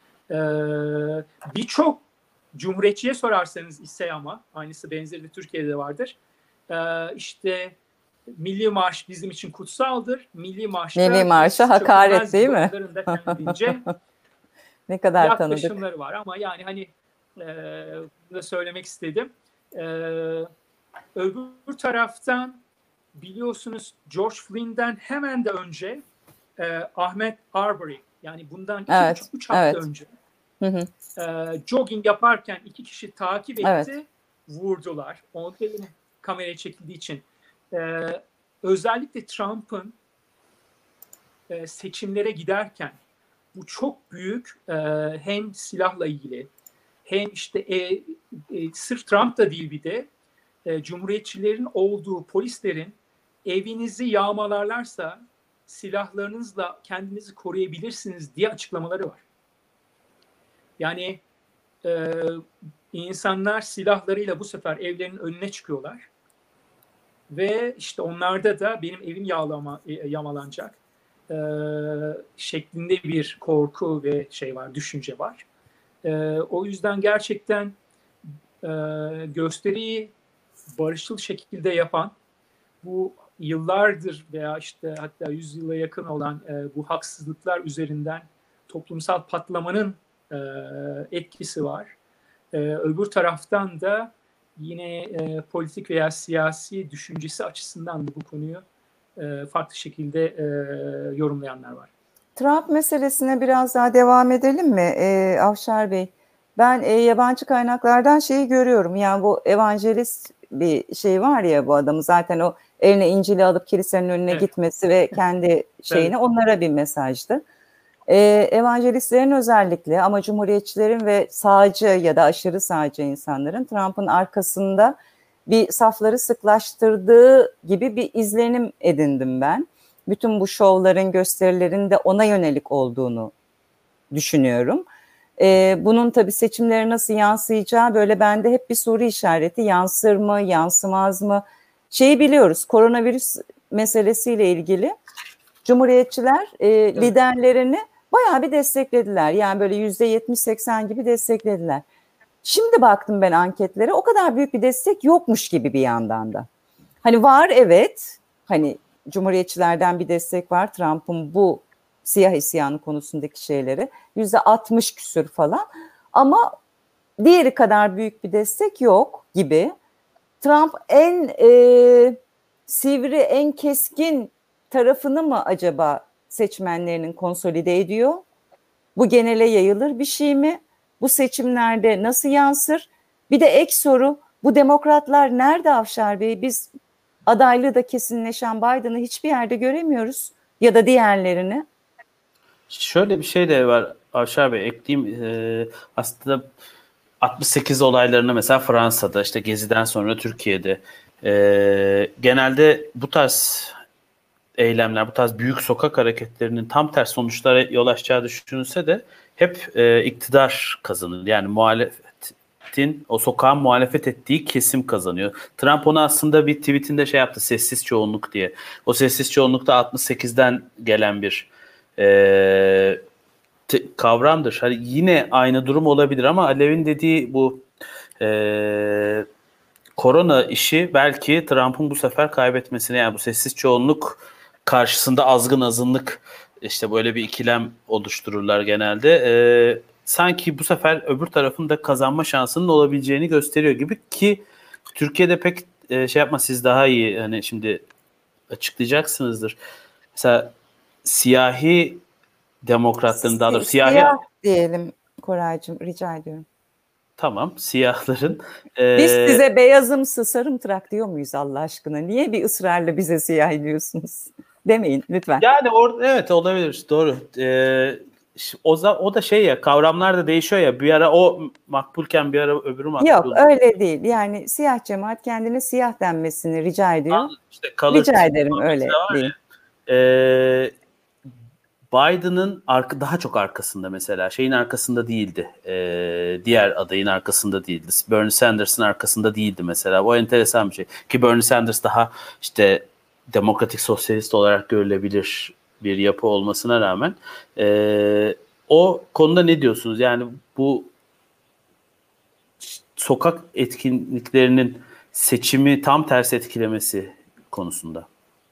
Birçok cumhuriyetçiye sorarsanız ise ama aynısı benzeri de Türkiye'de vardır. İşte Milli Marş bizim için kutsaldır. Milli Marş'a hakaret değil mi? Ne kadar yaklaşımları tanıdık. var ama yani hani bunu da söylemek istedim. Öbür taraftan biliyorsunuz George Floyd'den hemen de önce Ahmaud Arbery, yani bundan 2,5-3 hafta önce jogging yaparken 2 kişi takip etti, vurdular. Onu da yine kameraya çekildiği için. Özellikle Trump'ın seçimlere giderken bu çok büyük hem silahla ilgili hem işte sırf Trump da değil, bir de cumhuriyetçilerin olduğu polislerin evinizi yağmalarlarsa silahlarınızla kendinizi koruyabilirsiniz diye açıklamaları var. Yani insanlar silahlarıyla bu sefer evlerinin önüne çıkıyorlar ve işte onlarda da benim evim yağmalanacak şeklinde bir korku ve var, düşünce var. O yüzden gerçekten gösteriyi barışçıl şekilde yapan, bu yıllardır veya işte hatta 100 yıla yakın olan bu haksızlıklar üzerinden toplumsal patlamanın etkisi var. Öbür taraftan da yine politik veya siyasi düşüncesi açısından da bu konuyu farklı şekilde yorumlayanlar var. Trump meselesine biraz daha devam edelim mi Afşar Bey? Ben yabancı kaynaklardan şeyi görüyorum. Yani bu evangelist bir şey var ya, bu adamı zaten o eline İncil'i alıp kilisenin önüne gitmesi ve kendi şeyine onlara bir mesajdı. Evangelistlerin özellikle ama cumhuriyetçilerin ve sağcı ya da aşırı sağcı insanların Trump'ın arkasında bir safları sıklaştırdığı gibi bir izlenim edindim ben. Bütün bu şovların, gösterilerin de ona yönelik olduğunu düşünüyorum. Bunun tabii seçimlere nasıl yansıyacağı böyle bende hep bir soru işareti. Yansır mı, yansımaz mı? Şeyi biliyoruz, koronavirüs meselesiyle ilgili Cumhuriyetçiler liderlerini bayağı bir desteklediler. Yani böyle %70-80 gibi desteklediler. Şimdi baktım ben anketlere, o kadar büyük bir destek yokmuş gibi bir yandan da. Hani var, evet, hani Cumhuriyetçilerden bir destek var Trump'ın bu siyah isyanı konusundaki şeyleri, %60 küsür falan, ama diğeri kadar büyük bir destek yok gibi. Trump en sivri, en keskin tarafını mı acaba seçmenlerinin konsolide ediyor? Bu genele yayılır bir şey mi? Bu seçimlerde nasıl yansır? Bir de ek soru, bu demokratlar nerede Avşar Bey? Biz adaylığı da kesinleşen Biden'ı hiçbir yerde göremiyoruz, ya da diğerlerini. Şöyle bir şey de var Avşar Bey, ekleyeyim. Aslında 68 olaylarını mesela Fransa'da, işte Gezi'den sonra Türkiye'de genelde bu tarz eylemler, bu tarz büyük sokak hareketlerinin tam ters sonuçlara yol açacağı düşünülse de hep iktidar kazanır. Yani muhalefetin, o sokağın muhalefet ettiği kesim kazanıyor. Trump onu aslında bir tweetinde şey yaptı, sessiz çoğunluk diye. O sessiz çoğunlukta 68'den gelen bir kavramdır. Hani yine aynı durum olabilir ama Alev'in dediği bu korona işi belki Trump'ın bu sefer kaybetmesine, yani bu sessiz çoğunluk karşısında azgın azınlık, işte böyle bir ikilem oluştururlar genelde. Sanki bu sefer öbür tarafın da kazanma şansının olabileceğini gösteriyor gibi, ki Türkiye'de pek şey yapma, siz daha iyi hani şimdi açıklayacaksınızdır. Mesela siyahi demokratların, daha doğrusu Siyah diyelim Koraycığım, rica ediyorum. Tamam, siyahların. Biz size beyazımsı sarımtırak diyor muyuz Allah aşkına? Niye bir ısrarla bize siyah diyorsunuz? Demeyin lütfen. Yani evet, olabilir, doğru. O da şey ya, kavramlar da değişiyor ya, bir ara o makbulken bir ara öbürü makbul. Yok, öyle değil. Yani siyah cemaat kendine siyah denmesini rica ediyor. İşte rica ederim, öyle değil. Biden'ın daha çok arkasında, mesela şeyin arkasında değildi. Diğer adayın arkasında değildi. Bernie Sanders'ın arkasında değildi mesela. O enteresan bir şey. Ki Bernie Sanders daha işte demokratik sosyalist olarak görülebilir bir yapı olmasına rağmen. O konuda ne diyorsunuz? Yani bu sokak etkinliklerinin seçimi tam tersi etkilemesi konusunda.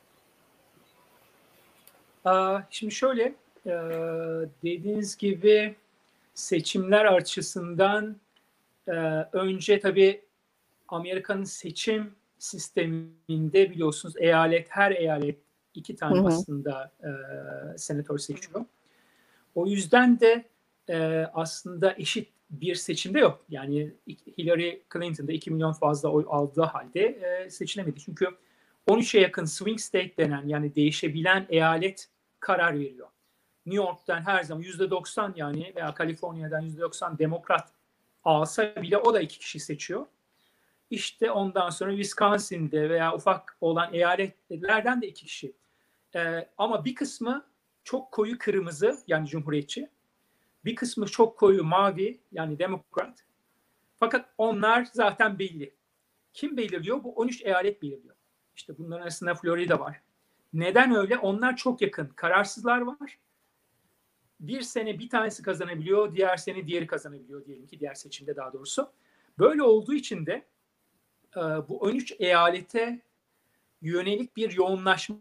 Şimdi şöyle, dediğiniz gibi seçimler açısından önce tabii Amerika'nın seçim sisteminde biliyorsunuz her eyalet 2 tane aslında senatör seçiyor. O yüzden de aslında eşit bir seçimde yok. Yani Hillary Clinton'da 2 milyon fazla oy aldığı halde seçilemedi. Çünkü 13'e yakın swing state denen, yani değişebilen eyalet karar veriyor. New York'tan her zaman %90, yani veya Kaliforniya'dan %90 demokrat alsa bile o da 2 kişi seçiyor. İşte ondan sonra Wisconsin'de veya ufak olan eyaletlerden de 2 kişi. Ama bir kısmı çok koyu kırmızı, yani Cumhuriyetçi. Bir kısmı çok koyu mavi, yani Demokrat. Fakat onlar zaten belli. Kim belirliyor? Bu 13 eyalet belirliyor. İşte bunların arasında Florida var. Neden öyle? Onlar çok yakın. Kararsızlar var. Bir sene bir tanesi kazanabiliyor, diğer sene diğeri kazanabiliyor diyelim ki, diğer seçimde daha doğrusu. Böyle olduğu için de bu 13 eyalete yönelik bir yoğunlaşma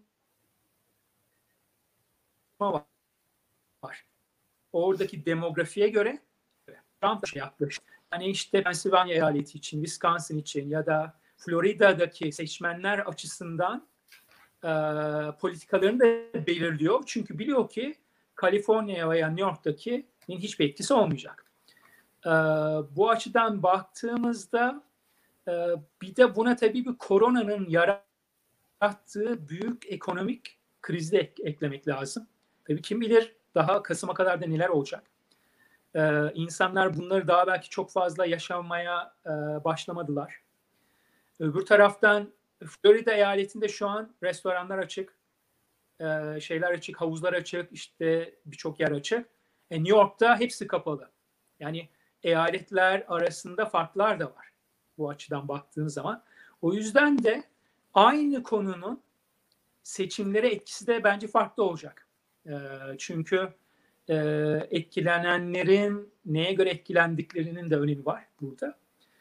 var. Oradaki demografiye göre Trump şey yapmış. Yani işte Pennsylvania eyaleti için, Wisconsin için ya da Florida'daki seçmenler açısından politikalarını da belirliyor. Çünkü biliyor ki Kaliforniya veya New York'taki hiçbir etkisi olmayacak. Bu açıdan baktığımızda bir de buna tabii bir koronanın yarattığı büyük ekonomik krizi de eklemek lazım. Tabii kim bilir daha Kasım'a kadar da neler olacak. İnsanlar bunları daha belki çok fazla yaşamaya başlamadılar. Öbür taraftan Florida eyaletinde şu an restoranlar açık, şeyler açık, havuzlar açık, işte birçok yer açık. New York'ta hepsi kapalı. Yani eyaletler arasında farklar da var bu açıdan baktığınız zaman. O yüzden de aynı konunun seçimlere etkisi de bence farklı olacak. Çünkü etkilenenlerin neye göre etkilendiklerinin de önemi var burada.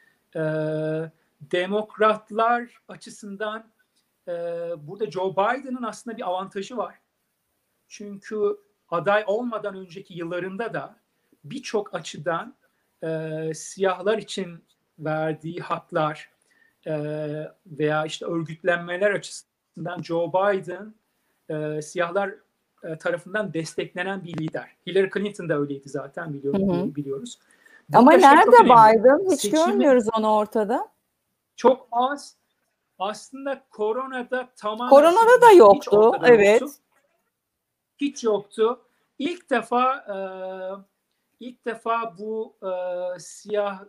Demokratlar açısından burada Joe Biden'ın aslında bir avantajı var. Çünkü aday olmadan önceki yıllarında da birçok açıdan siyahlar için verdiği haklar veya işte örgütlenmeler açısından Joe Biden siyahlar tarafından desteklenen bir lider. Hillary Clinton da öyleydi zaten biliyoruz. Ama burada nerede Biden? Hiç görmüyoruz onu ortada. Çok az. Aslında koronada tamamen Koronada da yoktu. Evet. Yoktu. Hiç yoktu. İlk defa bu siyah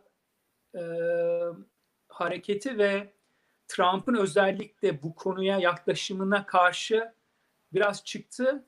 hareketi ve Trump'ın özellikle bu konuya yaklaşımına karşı biraz çıktı.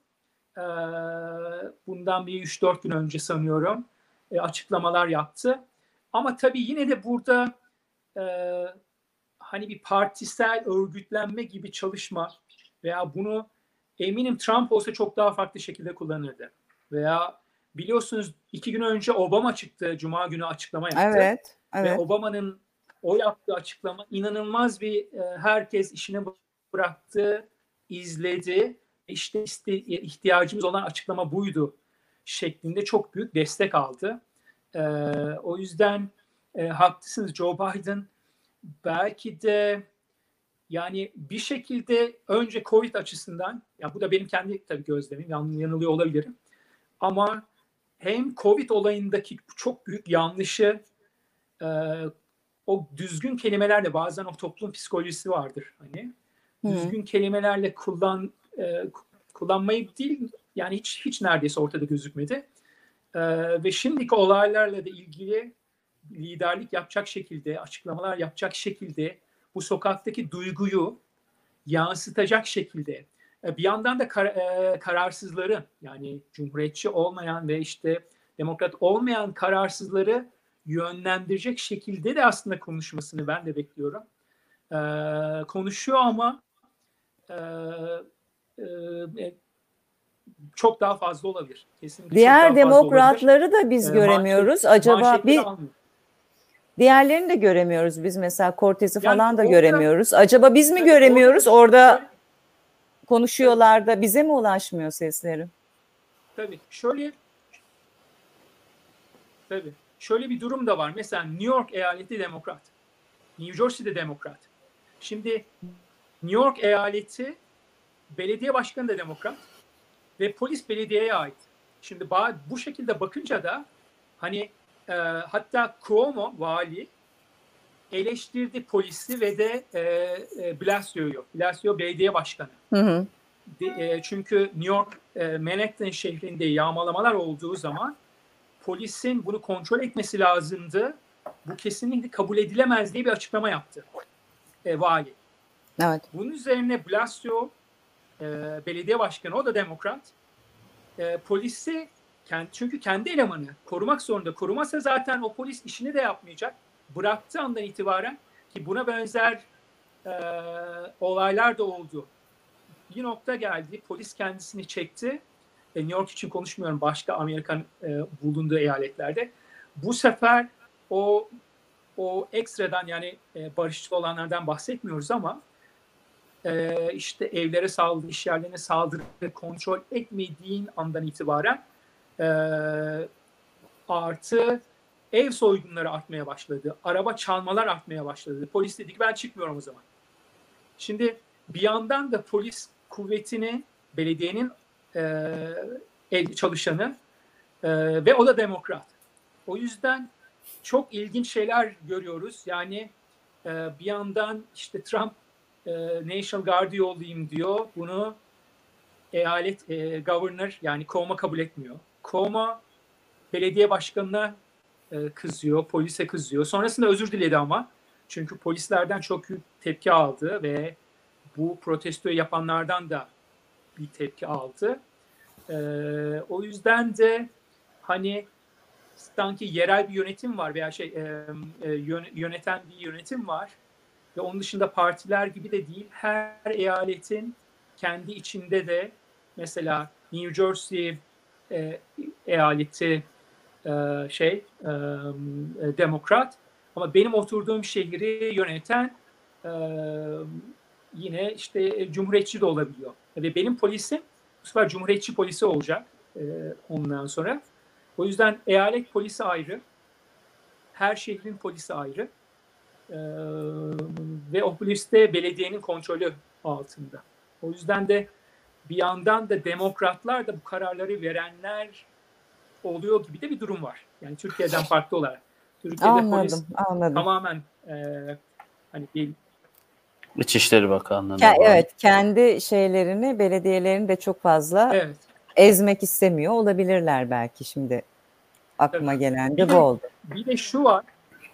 Bundan bir 3-4 gün önce sanıyorum açıklamalar yaptı. Ama tabii yine de burada hani bir partisel örgütlenme gibi çalışma veya bunu eminim Trump olsa çok daha farklı şekilde kullanırdı. Veya biliyorsunuz 2 gün önce Obama çıktı, Cuma günü açıklama yaptı. Evet. Ve Obama'nın o yaptığı açıklama inanılmaz bir herkes işine bıraktı, izledi. İşte ihtiyacımız olan açıklama buydu şeklinde çok büyük destek aldı. O yüzden haklısınız, Joe Biden belki de yani bir şekilde önce Covid açısından, ya bu da benim kendi tabii gözlemim, yanılıyor olabilirim. Ama hem Covid olayındaki çok büyük yanlışı o düzgün kelimelerle, bazen o toplum psikolojisi vardır hani. Düzgün kelimelerle kullanmayı değil, yani hiç neredeyse ortada gözükmedi. Ve şimdiki olaylarla da ilgili liderlik yapacak şekilde, açıklamalar yapacak şekilde, bu sokaktaki duyguyu yansıtacak şekilde, bir yandan da kararsızları, yani cumhuriyetçi olmayan ve işte demokrat olmayan kararsızları yönlendirecek şekilde de aslında konuşmasını ben de bekliyorum. Konuşuyor ama çok daha fazla olabilir. Kesinlikle diğer demokratları da biz göremiyoruz. Acaba diğerlerini de göremiyoruz. Biz mesela Cortez'i falan da göremiyoruz. Acaba biz mi göremiyoruz? Orada konuşuyorlar da bize mi ulaşmıyor sesleri? Tabii. Şöyle bir durum da var. Mesela New York eyaleti demokrat. New Jersey'de demokrat. Şimdi New York eyaleti belediye başkanı da demokrat ve polis belediyeye ait. Şimdi bu şekilde bakınca da hani hatta Cuomo vali eleştirdi polisi ve de Blasio'yu. Blasio belediye başkanı. Çünkü New York Manhattan şehrinde yağmalamalar olduğu zaman polisin bunu kontrol etmesi lazımdı. Bu kesinlikle kabul edilemez diye bir açıklama yaptı vali. Evet. Bunun üzerine Blasio belediye başkanı, o da demokrat, polisi çünkü kendi elemanı korumak zorunda. Korumasa zaten o polis işini de yapmayacak. Bıraktığı andan itibaren, ki buna benzer olaylar da oldu. Bir nokta geldi, polis kendisini çekti. New York için konuşmuyorum, başka Amerikan bulunduğu eyaletlerde. Bu sefer o ekstradan, yani barışçıl olanlardan bahsetmiyoruz ama işte evlere saldırı, iş yerlerine saldırı kontrol etmediğin andan itibaren artı ev soygunları artmaya başladı. Araba çalmalar artmaya başladı. Polis dedi ki ben çıkmıyorum o zaman. Şimdi bir yandan da polis kuvvetini belediyenin çalışanı ve o da demokrat. O yüzden çok ilginç şeyler görüyoruz. Yani bir yandan işte Trump National Guard'ı yollayayım diyor. Bunu eyalet governor, yani Cuomo kabul etmiyor. Cuomo belediye başkanına kızıyor, polise kızıyor. Sonrasında özür diledi ama. Çünkü polislerden çok büyük tepki aldı ve bu protestoyu yapanlardan da bir tepki aldı. O yüzden de hani sanki yerel bir yönetim var veya yöneten bir yönetim var. ve onun dışında partiler gibi de değil. Her eyaletin kendi içinde de mesela New Jersey eyaleti demokrat, ama benim oturduğum şehri yöneten yine işte cumhuriyetçi de olabiliyor. Ve benim polisim bu sefer cumhuriyetçi polisi olacak ondan sonra. O yüzden eyalet polisi ayrı, her şehrin polisi ayrı ve o polis de belediyenin kontrolü altında. O yüzden de bir yandan da demokratlar da bu kararları verenler oluyor gibi de bir durum var. Yani Türkiye'den farklı olarak. Türkiye'de polis tamamen hani bir İçişleri Bakanlığı'na evet, kendi şeylerini, belediyelerini de çok fazla ezmek istemiyor olabilirler belki, şimdi aklıma gelen de bu oldu. Bir de şu var,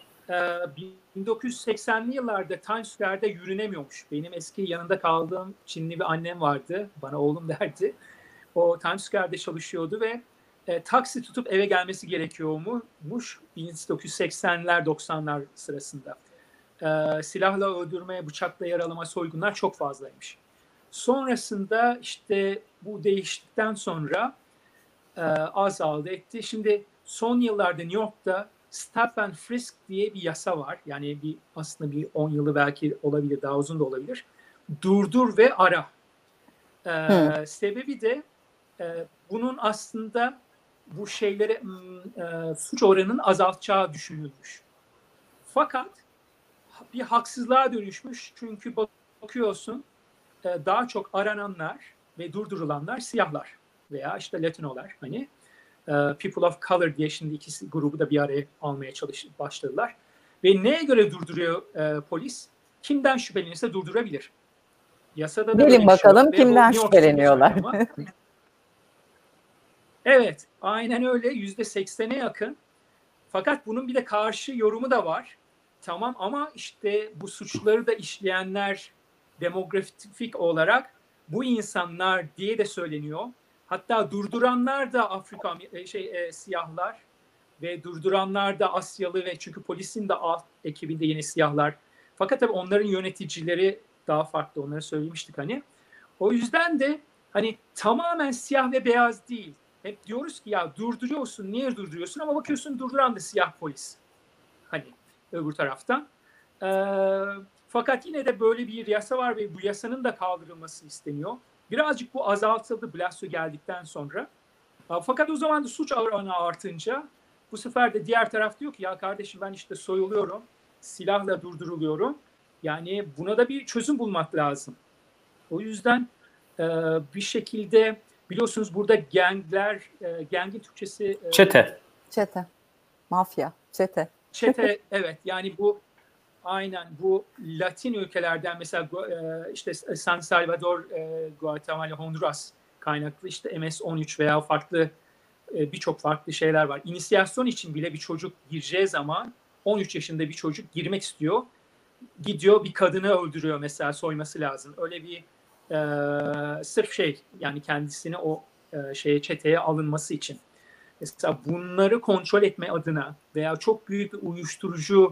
1980'li yıllarda Times Square'da yürünemiyormuş. Benim eski yanında kaldığım Çinli bir annem vardı, bana oğlum derdi. O Times Square'da çalışıyordu ve taksi tutup eve gelmesi gerekiyormuş 1980'ler 90'lar sırasında. Silahla öldürme, bıçakla yaralama, soygunlar çok fazlaymış. Sonrasında işte bu değiştikten sonra azaldı etti. Şimdi son yıllarda New York'ta Stop and Frisk diye bir yasa var. Yani aslında bir 10 yılı belki olabilir, daha uzun da olabilir. Durdur ve ara. Sebebi de bunun aslında bu şeyleri suç oranının azaltacağı düşünülmüş. Fakat bir haksızlığa dönüşmüş. Çünkü bakıyorsun daha çok arananlar ve durdurulanlar siyahlar veya işte Latinolar. Hani People of Color diye şimdi ikisi grubu da bir araya almaya başladılar. Ve neye göre durduruyor polis? Kimden şüphelenirse durdurabilir. Yasada da gelin bakalım kimden şüpheleniyorlar. Evet, aynen öyle. %80'e yakın. Fakat bunun bir de karşı yorumu da var. Tamam, ama işte bu suçları da işleyenler demografik olarak bu insanlar diye de söyleniyor. Hatta durduranlar da siyahlar ve durduranlar da Asyalı ve çünkü polisin de alt ekibinde yine siyahlar. Fakat tabii onların yöneticileri daha farklı. Onları söylemiştik hani. O yüzden de hani tamamen siyah ve beyaz değil. Hep diyoruz ki ya durduruyorsun, niye durduruyorsun? Ama bakıyorsun durduran da siyah polis. Hani öbür taraftan. Fakat yine de böyle bir yasa var ve bu yasanın da kaldırılması isteniyor. Birazcık bu azaltıldı Blasio geldikten sonra. Fakat o zaman da suç oranı artınca bu sefer de diğer taraf diyor ki ya kardeşim ben işte soyuluyorum, silahla durduruluyorum. Yani buna da bir çözüm bulmak lazım. O yüzden bir şekilde biliyorsunuz burada gangler, gangin Türkçesi... Çete. Çete. Mafya. Çete. Çete, evet. Yani bu aynen bu Latin ülkelerden mesela işte San Salvador, Guatemala, Honduras kaynaklı işte MS-13 veya farklı birçok farklı şeyler var. İnisiyasyon için bile bir çocuk gireceği zaman 13 yaşında bir çocuk girmek istiyor. Gidiyor bir kadını öldürüyor mesela, soyması lazım. Öyle bir sırf yani kendisini o çeteye alınması için. Mesela bunları kontrol etme adına veya çok büyük bir uyuşturucu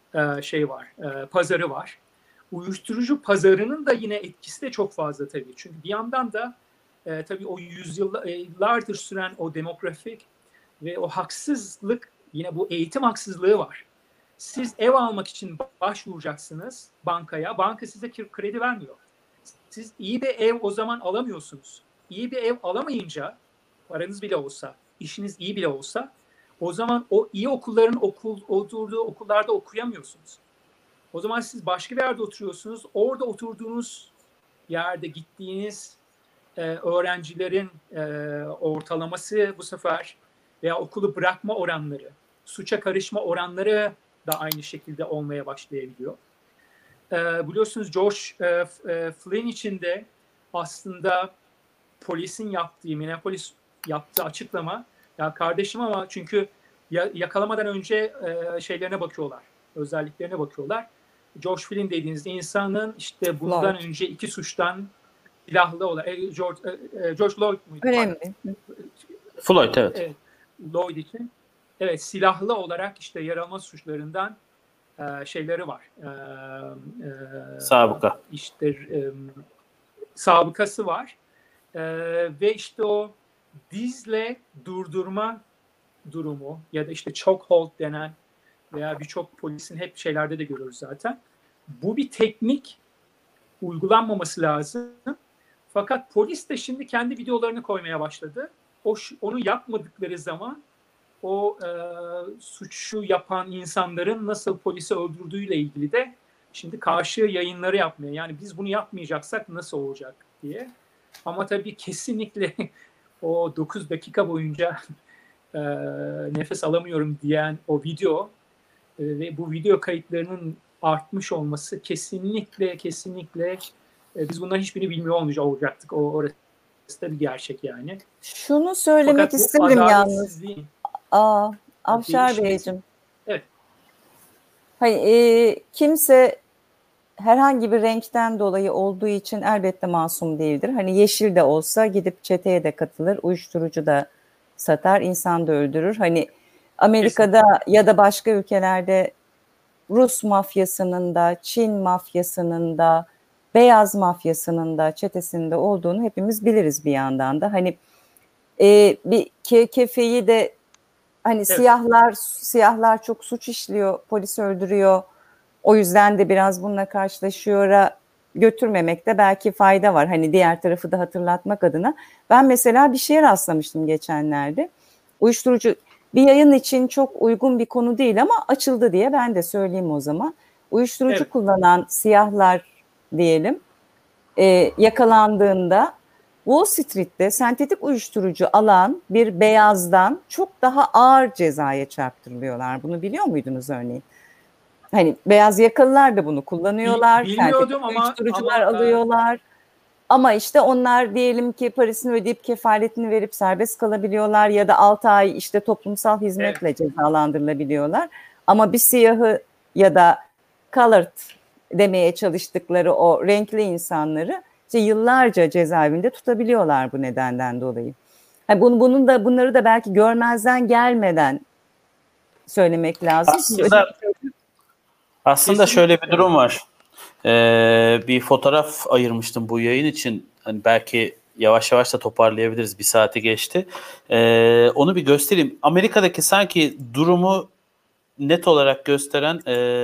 pazarı var. Uyuşturucu pazarının da yine etkisi de çok fazla tabii. Çünkü bir yandan da tabii o yüzyıllardır süren o demografik ve o haksızlık, yine bu eğitim haksızlığı var. Siz ev almak için başvuracaksınız bankaya. Banka size kredi vermiyor. Siz iyi bir ev o zaman alamıyorsunuz. İyi bir ev alamayınca, paranız bile olsa, işiniz iyi bile olsa, o zaman o iyi okulların oturduğu okullarda okuyamıyorsunuz. O zaman siz başka bir yerde oturuyorsunuz. Orada oturduğunuz yerde gittiğiniz öğrencilerin ortalaması bu sefer veya okulu bırakma oranları, suça karışma oranları da aynı şekilde olmaya başlayabiliyor. Biliyorsunuz George Flynn için de aslında polisin Minneapolis yaptığı açıklama, ya kardeşim ama çünkü yakalamadan önce şeylerine bakıyorlar, özelliklerine bakıyorlar. George Flynn dediğiniz insanın işte bundan önce 2 suçtan silahlı olarak George Floyd muydu? Önemli. Floyd, evet. Lloyd için silahlı olarak işte yaralama suçlarından şeyleri var. Sabıka. İşte sabıkası var. Ve işte o dizle durdurma durumu ya da işte chokehold denen veya birçok polisin hep şeylerde de görüyoruz zaten. Bu bir teknik, uygulanmaması lazım. Fakat polis de şimdi kendi videolarını koymaya başladı. Onu yapmadıkları zaman o suçu yapan insanların nasıl polisi öldürdüğüyle ilgili de şimdi karşı yayınları yapmaya. Yani biz bunu yapmayacaksak nasıl olacak diye. Ama tabii kesinlikle o 9 dakika boyunca nefes alamıyorum diyen o video ve bu video kayıtlarının artmış olması kesinlikle biz bunların hiçbirini bilmiyor olacaktık. Orası da bir gerçek yani. Şunu söylemek Fakat isterim yalnız. Avşar Beyciğim. Evet. Hayır, kimse herhangi bir renkten dolayı olduğu için elbette masum değildir. Hani yeşil de olsa gidip çeteye de katılır, uyuşturucu da satar, insan da öldürür. Hani Amerika'da ya da başka ülkelerde Rus mafyasının da, Çin mafyasının da, beyaz mafyasının da çetesinde olduğunu hepimiz biliriz bir yandan da. Hani bir kefeyi de hani evet. Siyahlar çok suç işliyor, polis öldürüyor. O yüzden de biraz bununla karşılaşıyor'a götürmemekte belki fayda var. Hani diğer tarafı da hatırlatmak adına. Ben mesela bir şeye rastlamıştım geçenlerde. Uyuşturucu bir yayın için çok uygun bir konu değil ama açıldı diye ben de söyleyeyim o zaman. Uyuşturucu kullanan siyahlar diyelim yakalandığında Wall Street'te sentetik uyuşturucu alan bir beyazdan çok daha ağır cezaya çarptırılıyorlar. Bunu biliyor muydunuz örneğin? Hani beyaz yakalılar da bunu kullanıyorlar. Bilmiyordum sentetik uyuşturucular alıyorlar. Ama işte onlar diyelim ki parasını ödeyip kefaletini verip serbest kalabiliyorlar ya da 6 ay işte toplumsal hizmetle cezalandırılabiliyorlar. Ama bir siyahı ya da colored demeye çalıştıkları o renkli insanları işte yıllarca cezaevinde tutabiliyorlar bu nedenden dolayı. Yani bunları da belki görmezden gelmeden söylemek lazım. Aslında şöyle bir durum var. Bir fotoğraf ayırmıştım bu yayın için. Hani belki yavaş yavaş da toparlayabiliriz. Bir saati geçti. Onu bir göstereyim. Amerika'daki sanki durumu net olarak gösteren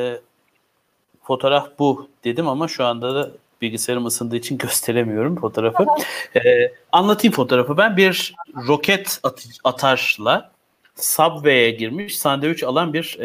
fotoğraf bu dedim ama şu anda da bilgisayarım ısındığı için gösteremiyorum fotoğrafı. Anlatayım fotoğrafı. Ben bir roket atarla Subway'e girmiş sandviç alan bir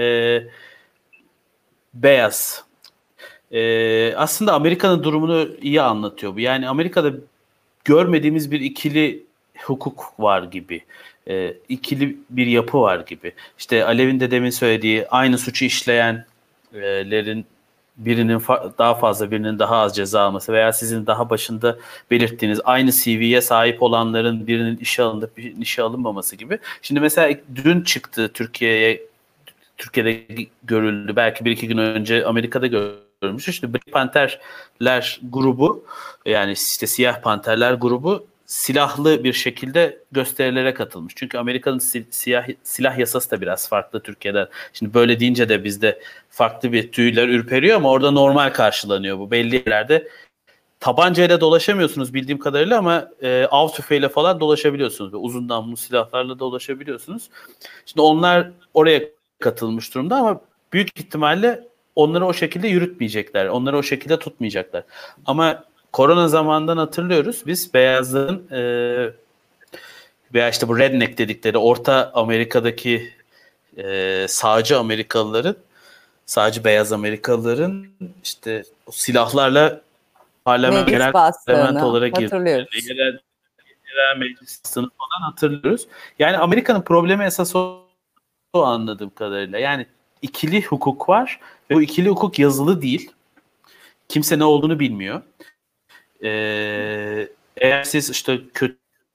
beyaz. Aslında Amerika'nın durumunu iyi anlatıyor bu. Yani Amerika'da görmediğimiz bir ikili hukuk var gibi. İkili bir yapı var gibi. İşte Alev'in de demin söylediği aynı suçu işleyenlerin birinin daha fazla birinin daha az ceza alması veya sizin daha başında belirttiğiniz aynı CV'ye sahip olanların birinin işe alınıp birinin işe alınmaması gibi. Şimdi mesela dün çıktı Türkiye'de görüldü. Belki bir iki gün önce Amerika'da görmüş. İşte Black Panther'ler grubu yani işte Siyah Panterler grubu silahlı bir şekilde gösterilere katılmış. Çünkü Amerika'nın silah yasası da biraz farklı Türkiye'den. Şimdi böyle deyince de bizde farklı bir tüyler ürperiyor ama orada normal karşılanıyor bu. Belli yerlerde tabancayla dolaşamıyorsunuz bildiğim kadarıyla ama av tüfeğiyle falan dolaşabiliyorsunuz. Uzun namlulu silahlarla dolaşabiliyorsunuz. Şimdi onlar oraya katılmış durumda ama büyük ihtimalle onları o şekilde yürütmeyecekler. Onları o şekilde tutmayacaklar. Ama korona zamanından hatırlıyoruz. Biz beyazların veya işte bu redneck dedikleri Orta Amerika'daki sağcı Amerikalıların, sağcı beyaz Amerikalıların işte o silahlarla parlamentolara girdiğini, yerel meclis bastığını falan hatırlıyoruz. Yani Amerika'nın problemi esas o anladığım kadarıyla. Yani ikili hukuk var ve bu ikili hukuk yazılı değil. Kimse ne olduğunu bilmiyor. Eğer siz işte kötü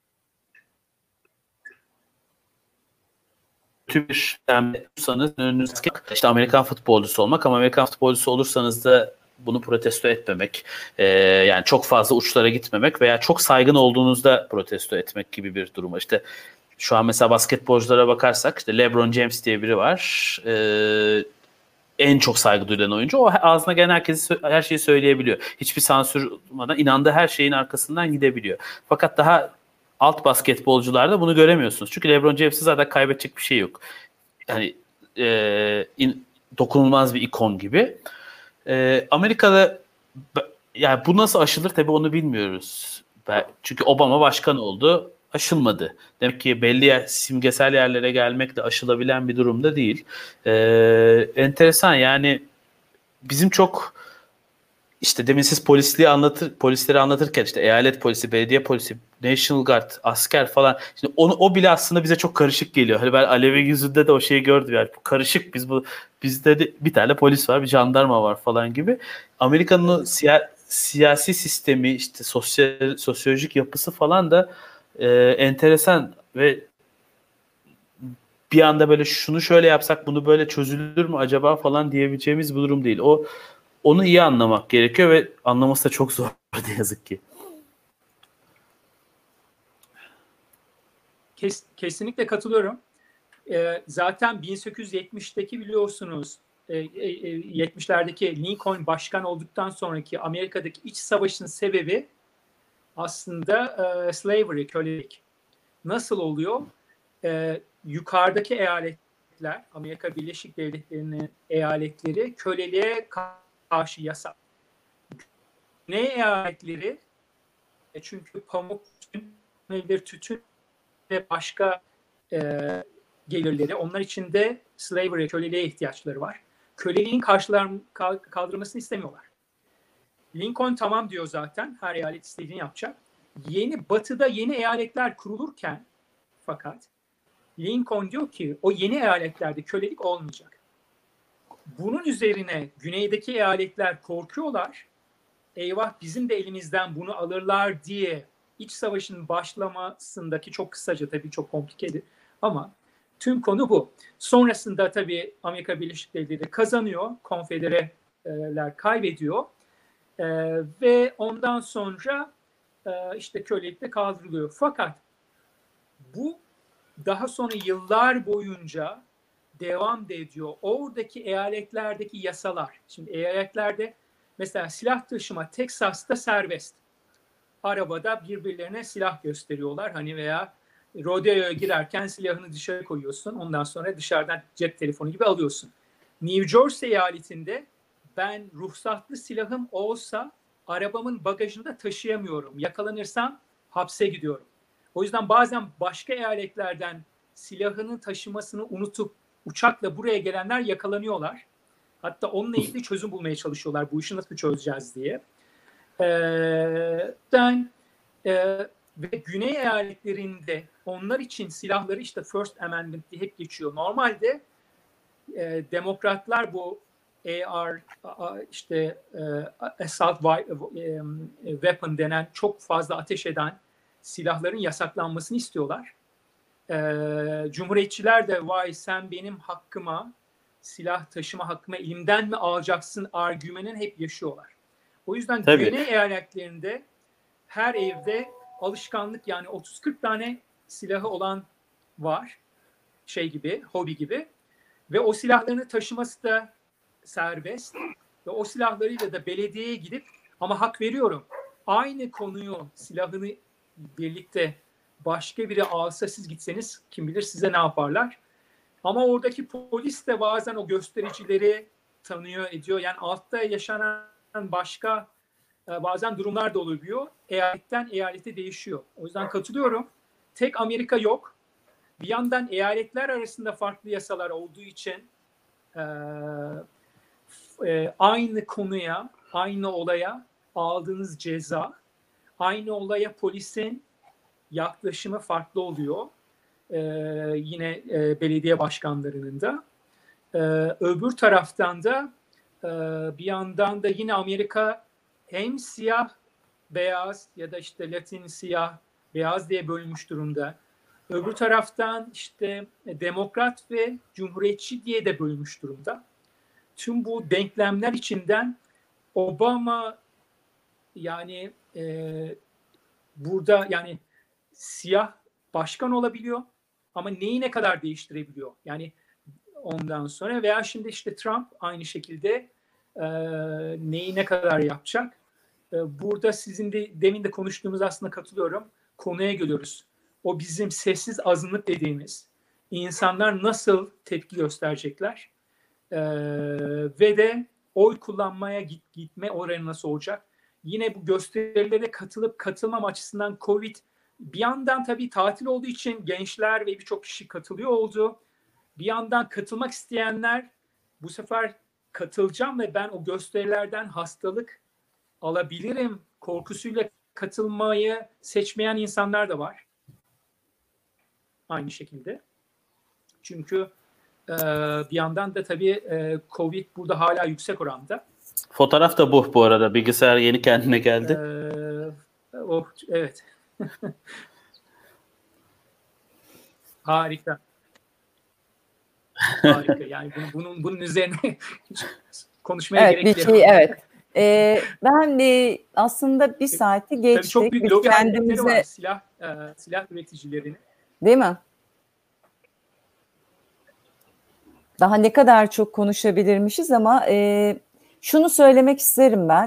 bir olursanız önünüzdeki işte Amerikan futbolcusu olmak ama Amerikan futbolcusu olursanız da bunu protesto etmemek, yani çok fazla uçlara gitmemek veya çok saygın olduğunuzda protesto etmek gibi bir durum. İşte şu an mesela basketbolculara bakarsak işte LeBron James diye biri var. en çok saygı duyulan oyuncu. O ağzına gelen her şeyi söyleyebiliyor. Hiçbir sansür olmadan inandığı her şeyin arkasından gidebiliyor. Fakat daha alt basketbolcularda bunu göremiyorsunuz. Çünkü LeBron James'in zaten kaybedecek bir şey yok. Yani dokunulmaz bir ikon gibi. Amerika'da yani bu nasıl aşılır tabii onu bilmiyoruz. Çünkü Obama başkan oldu, aşılmadı. Demek ki belli simgesel yerlere gelmekle aşılabilen bir durumda değil. Enteresan yani bizim çok işte demin siz polisleri anlatırken işte eyalet polisi, belediye polisi, National Guard, asker falan. Şimdi o bile aslında bize çok karışık geliyor. Hani ben Alevi yüzünde de o şeyi gördüm yani. Bu karışık bizde de bir tane polis var, bir jandarma var falan gibi. Amerika'nın o siyasi sistemi, işte sosyolojik yapısı falan da enteresan ve bir anda böyle şunu şöyle yapsak bunu böyle çözülür mü acaba falan diyebileceğimiz bir durum değil. Onu iyi anlamak gerekiyor ve anlaması da çok zor ne yazık ki. Kesinlikle katılıyorum. Zaten 1870'teki biliyorsunuz 70'lerdeki Lincoln başkan olduktan sonraki Amerika'daki iç savaşın sebebi aslında slavery, kölelik. Nasıl oluyor? Yukarıdaki eyaletler, Amerika Birleşik Devletleri'nin eyaletleri köleliğe karşı yasak. Ne eyaletleri? Çünkü pamuk, tütün ve başka gelirleri, onlar için de slavery, köleliğe ihtiyaçları var. Köleliğin kaldırılmasını istemiyorlar. Lincoln tamam diyor zaten, her eyalet istediğini yapacak. Batı'da yeni eyaletler kurulurken fakat Lincoln diyor ki o yeni eyaletlerde kölelik olmayacak. Bunun üzerine güneydeki eyaletler korkuyorlar. Eyvah bizim de elimizden bunu alırlar diye iç savaşın başlamasındaki çok kısaca tabii çok komplikedir ama tüm konu bu. Sonrasında tabii Amerika Birleşik Devletleri kazanıyor, konfedereler kaybediyor ve ondan sonra işte kölelik de kaldırılıyor. Fakat bu daha sonra yıllar boyunca devam ediyor. Oradaki eyaletlerdeki yasalar. Şimdi eyaletlerde mesela silah taşıma Teksas'ta serbest. Arabada birbirlerine silah gösteriyorlar. Hani veya rodeoya girerken silahını dışarı koyuyorsun. Ondan sonra dışarıdan cep telefonu gibi alıyorsun. New Jersey eyaletinde ben ruhsatlı silahım olsa arabamın bagajında taşıyamıyorum. Yakalanırsam hapse gidiyorum. O yüzden bazen başka eyaletlerden silahını taşımasını unutup uçakla buraya gelenler yakalanıyorlar. Hatta onunla ilgili çözüm bulmaya çalışıyorlar. Bu işi nasıl çözeceğiz diye. Ve güney eyaletlerinde onlar için silahları işte First Amendment diye hep geçiyor. Normalde demokratlar bu AR işte assault weapon denen çok fazla ateş eden silahların yasaklanmasını istiyorlar. Cumhuriyetçiler de vay sen benim hakkıma, silah taşıma hakkıma elimden mi alacaksın argümanını hep yaşıyorlar. O yüzden Tabii. Güney eyaletlerinde her evde alışkanlık yani 30-40 tane silahı olan var. Şey gibi, hobi gibi. Ve o silahlarını taşıması da serbest. Ve o silahlarıyla da belediyeye gidip ama hak veriyorum. Aynı konuyu, silahını birlikte başka biri alsa siz gitseniz kim bilir size ne yaparlar. Ama oradaki polis de bazen o göstericileri tanıyor, ediyor. Yani altta yaşanan başka bazen durumlar da oluyor. Eyaletten eyalete değişiyor. O yüzden katılıyorum. Tek Amerika yok. Bir yandan eyaletler arasında farklı yasalar olduğu için aynı konuya, aynı olaya aldığınız ceza, aynı olaya polisin yaklaşımı farklı oluyor. Yine belediye başkanlarının da. Öbür taraftan da bir yandan da yine Amerika hem siyah, beyaz ya da işte Latin siyah, beyaz diye bölünmüş durumda. Öbür taraftan işte demokrat ve cumhuriyetçi diye de bölünmüş durumda. Tüm bu denklemler içinden Obama yani burada yani siyah başkan olabiliyor ama neyi ne kadar değiştirebiliyor? Yani ondan sonra veya şimdi işte Trump aynı şekilde neyi ne kadar yapacak? Burada sizin de demin de konuştuğumuz aslında katılıyorum. Konuya geliyoruz. O bizim sessiz azınlık dediğimiz insanlar nasıl tepki gösterecekler? Ve de oy kullanmaya gitme oranı nasıl olacak? Yine bu gösterilere katılıp katılmam açısından Covid bir yandan tabii tatil olduğu için gençler ve birçok kişi katılıyor oldu. Bir yandan katılmak isteyenler bu sefer katılacağım ve ben o gösterilerden hastalık alabilirim korkusuyla katılmayı seçmeyen insanlar da var. Aynı şekilde. Çünkü bir yandan da tabii Covid burada hala yüksek oranda. Fotoğraf da bu arada. Bilgisayar yeni kendine geldi. Evet. Harika. Harika. Yani bunun üzerine konuşmaya gerek yok. Evet. Ben aslında bir saati geçtik. Tabii çok büyük lobi hareketleri var silah üreticilerinin. Değil mi? Daha ne kadar çok konuşabilirmişiz ama şunu söylemek isterim ben.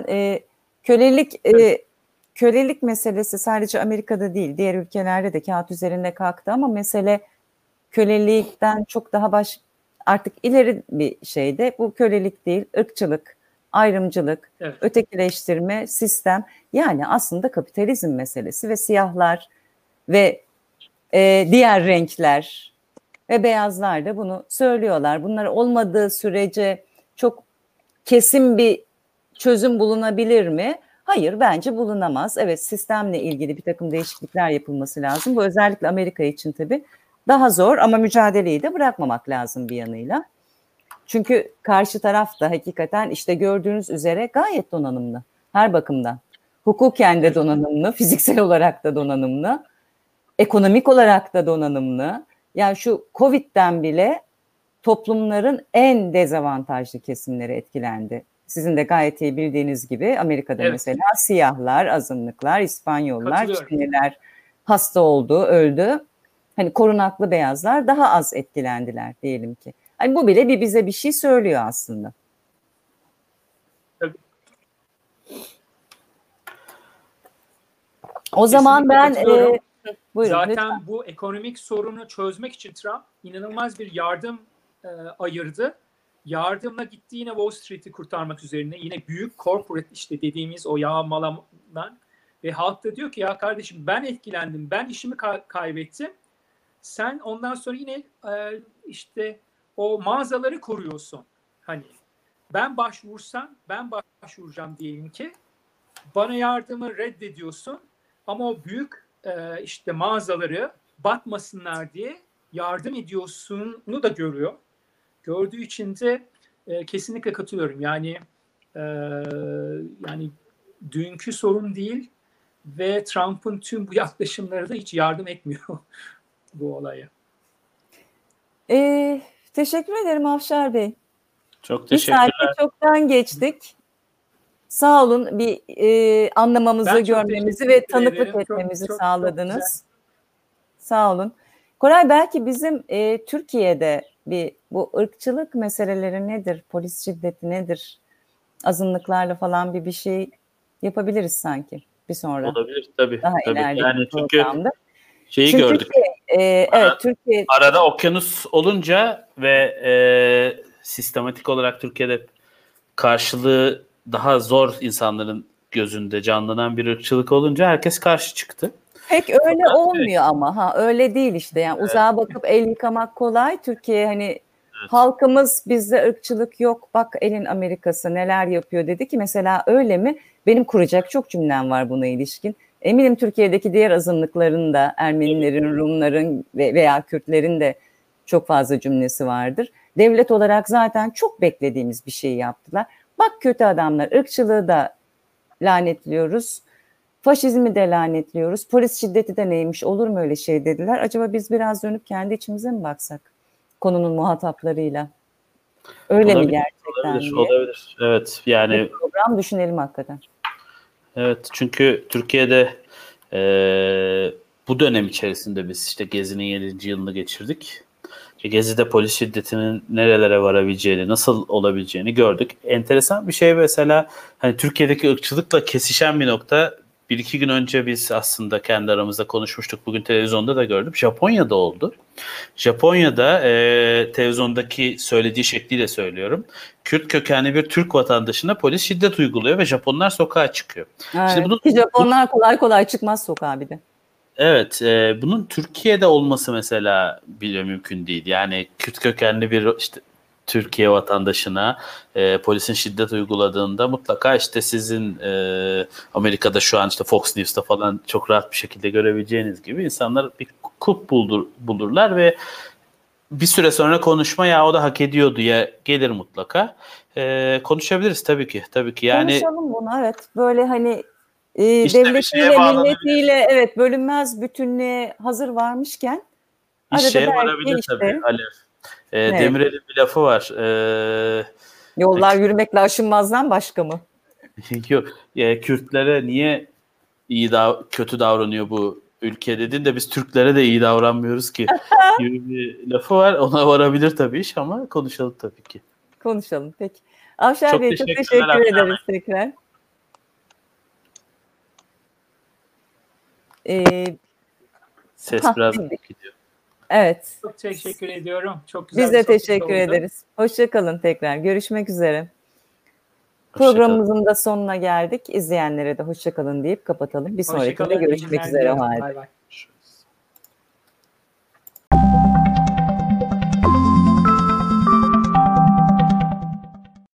Kölelik meselesi sadece Amerika'da değil, diğer ülkelerde de kağıt üzerinde kalktı ama mesele kölelikten çok daha artık ileri bir şeyde. Bu kölelik değil, ırkçılık, ayrımcılık, ötekileştirme, sistem. Yani aslında kapitalizm meselesi ve siyahlar ve diğer renkler ve beyazlar da bunu söylüyorlar. Bunlar olmadığı sürece çok kesin bir çözüm bulunabilir mi? Hayır, bence bulunamaz. Evet, sistemle ilgili bir takım değişiklikler yapılması lazım. Bu özellikle Amerika için tabii daha zor ama mücadeleyi de bırakmamak lazım bir yanıyla. Çünkü karşı taraf da hakikaten işte gördüğünüz üzere gayet donanımlı her bakımdan. Hukuken de donanımlı, fiziksel olarak da donanımlı, ekonomik olarak da donanımlı. Yani şu Covid'den bile toplumların en dezavantajlı kesimleri etkilendi. Sizin de gayet iyi bildiğiniz gibi Amerika'da mesela siyahlar, azınlıklar, İspanyollar, Çinliler hasta oldu, öldü. Hani korunaklı beyazlar daha az etkilendiler diyelim ki. Hani bu bile bize bir şey söylüyor aslında. Tabii. O zaman ben buyurun, zaten lütfen. Bu ekonomik sorunu çözmek için Trump inanılmaz bir yardım ayırdı. Yardımla gitti yine Wall Street'i kurtarmak üzerine. Yine büyük corporate işte dediğimiz o yağmalamadan. Ve halk da diyor ki ya kardeşim ben etkilendim, ben işimi kaybettim. Sen ondan sonra yine işte o mağazaları koruyorsun. Hani ben başvuracağım diyelim ki bana yardımı reddediyorsun ama o büyük işte mağazaları batmasınlar diye yardım ediyorsunu da görüyor. Gördüğü için de kesinlikle katılıyorum. Yani dünkü sorun değil ve Trump'ın tüm bu yaklaşımları da hiç yardım etmiyor bu olaya. Teşekkür ederim Afşar Bey. Çok teşekkürler. Bir saati çoktan geçtik. Sağ olun bir anlamamızı, görmemizi ve tanıklık etmemizi sağladınız. Sağ olun. Koray belki bizim Türkiye'de bu ırkçılık meseleleri nedir, polis şiddeti nedir, azınlıklarla falan bir şey yapabiliriz sanki bir sonra. Olabilir tabii. Daha ileride yani çünkü gördük. Türkiye arada okyanus olunca ve sistematik olarak Türkiye'de karşılığı daha zor insanların gözünde canlanan bir ırkçılık olunca herkes karşı çıktı. Pek öyle olmuyor ama öyle değil işte yani uzağa bakıp el yıkamak kolay. Türkiye hani halkımız bizde ırkçılık yok bak elin Amerikası neler yapıyor dedi ki mesela öyle mi? Benim kuracak çok cümlem var buna ilişkin. Eminim Türkiye'deki diğer azınlıkların da Ermenilerin, Rumların veya Kürtlerin de çok fazla cümlesi vardır. Devlet olarak zaten çok beklediğimiz bir şey yaptılar. Bak kötü adamlar ırkçılığı da lanetliyoruz. Faşizmi de lanetliyoruz. Polis şiddeti de neymiş olur mu öyle şey dediler. Acaba biz biraz dönüp kendi içimize mi baksak? Konunun muhataplarıyla. Öyle mi gerçekten? Olabilir. Evet yani. Bir program düşünelim hakikaten. Evet çünkü Türkiye'de bu dönem içerisinde biz işte Gezi'nin 7. yılını geçirdik. Gezi'de polis şiddetinin nerelere varabileceğini, nasıl olabileceğini gördük. Enteresan bir şey mesela hani Türkiye'deki ırkçılıkla kesişen bir nokta. Bir iki gün önce biz aslında kendi aramızda konuşmuştuk. Bugün televizyonda da gördüm. Japonya'da oldu. Japonya'da televizyondaki söylediği şekliyle söylüyorum. Kürt kökenli bir Türk vatandaşına polis şiddet uyguluyor ve Japonlar sokağa çıkıyor. Evet. Şimdi Ki Japonlar kolay kolay çıkmaz sokağa bir de. Evet, bunun Türkiye'de olması mesela bile mümkün değil. Yani Kürt kökenli bir işte Türkiye vatandaşına polisin şiddet uyguladığında mutlaka işte sizin Amerika'da şu an işte Fox News'ta falan çok rahat bir şekilde görebileceğiniz gibi insanlar bir kulp bulurlar ve bir süre sonra konuşma ya o da hak ediyor diye gelir mutlaka. Konuşabiliriz tabii ki. Tabii ki. Yani konuşalım bunu, evet. Böyle hani İşte bir şeye devletiyle, bağlanabilir. milletiyle evet bölünmez bütünlüğe hazır varmışken bir arada şeye belki varabilir işte tabii Alev. evet, Demirel'in bir lafı var. yollar yürümekle aşınmazdan başka mı? Yok, Kürtlere niye kötü davranıyor bu ülke dedin de biz Türklere de iyi davranmıyoruz ki gibi bir lafı var. Ona varabilir tabii iş ama konuşalım tabii ki. Konuşalım peki. Avşar Çok Bey çok teşekkürler teşekkür Avşar ederiz tekrar. Ses Ha, biraz bildik. gidiyor. Evet. Çok teşekkür ediyorum. Çok güzel Biz bir de sohbet teşekkür oldu. ederiz. Hoşça kalın tekrar. Görüşmek üzere. Hoşça kalın. Programımızın da sonuna geldik. İzleyenlere de hoşça kalın deyip kapatalım. Bir Hoşça sonrakinde kalın. İyi görüşmek günler üzere o diliyorum. halde. Bay bay.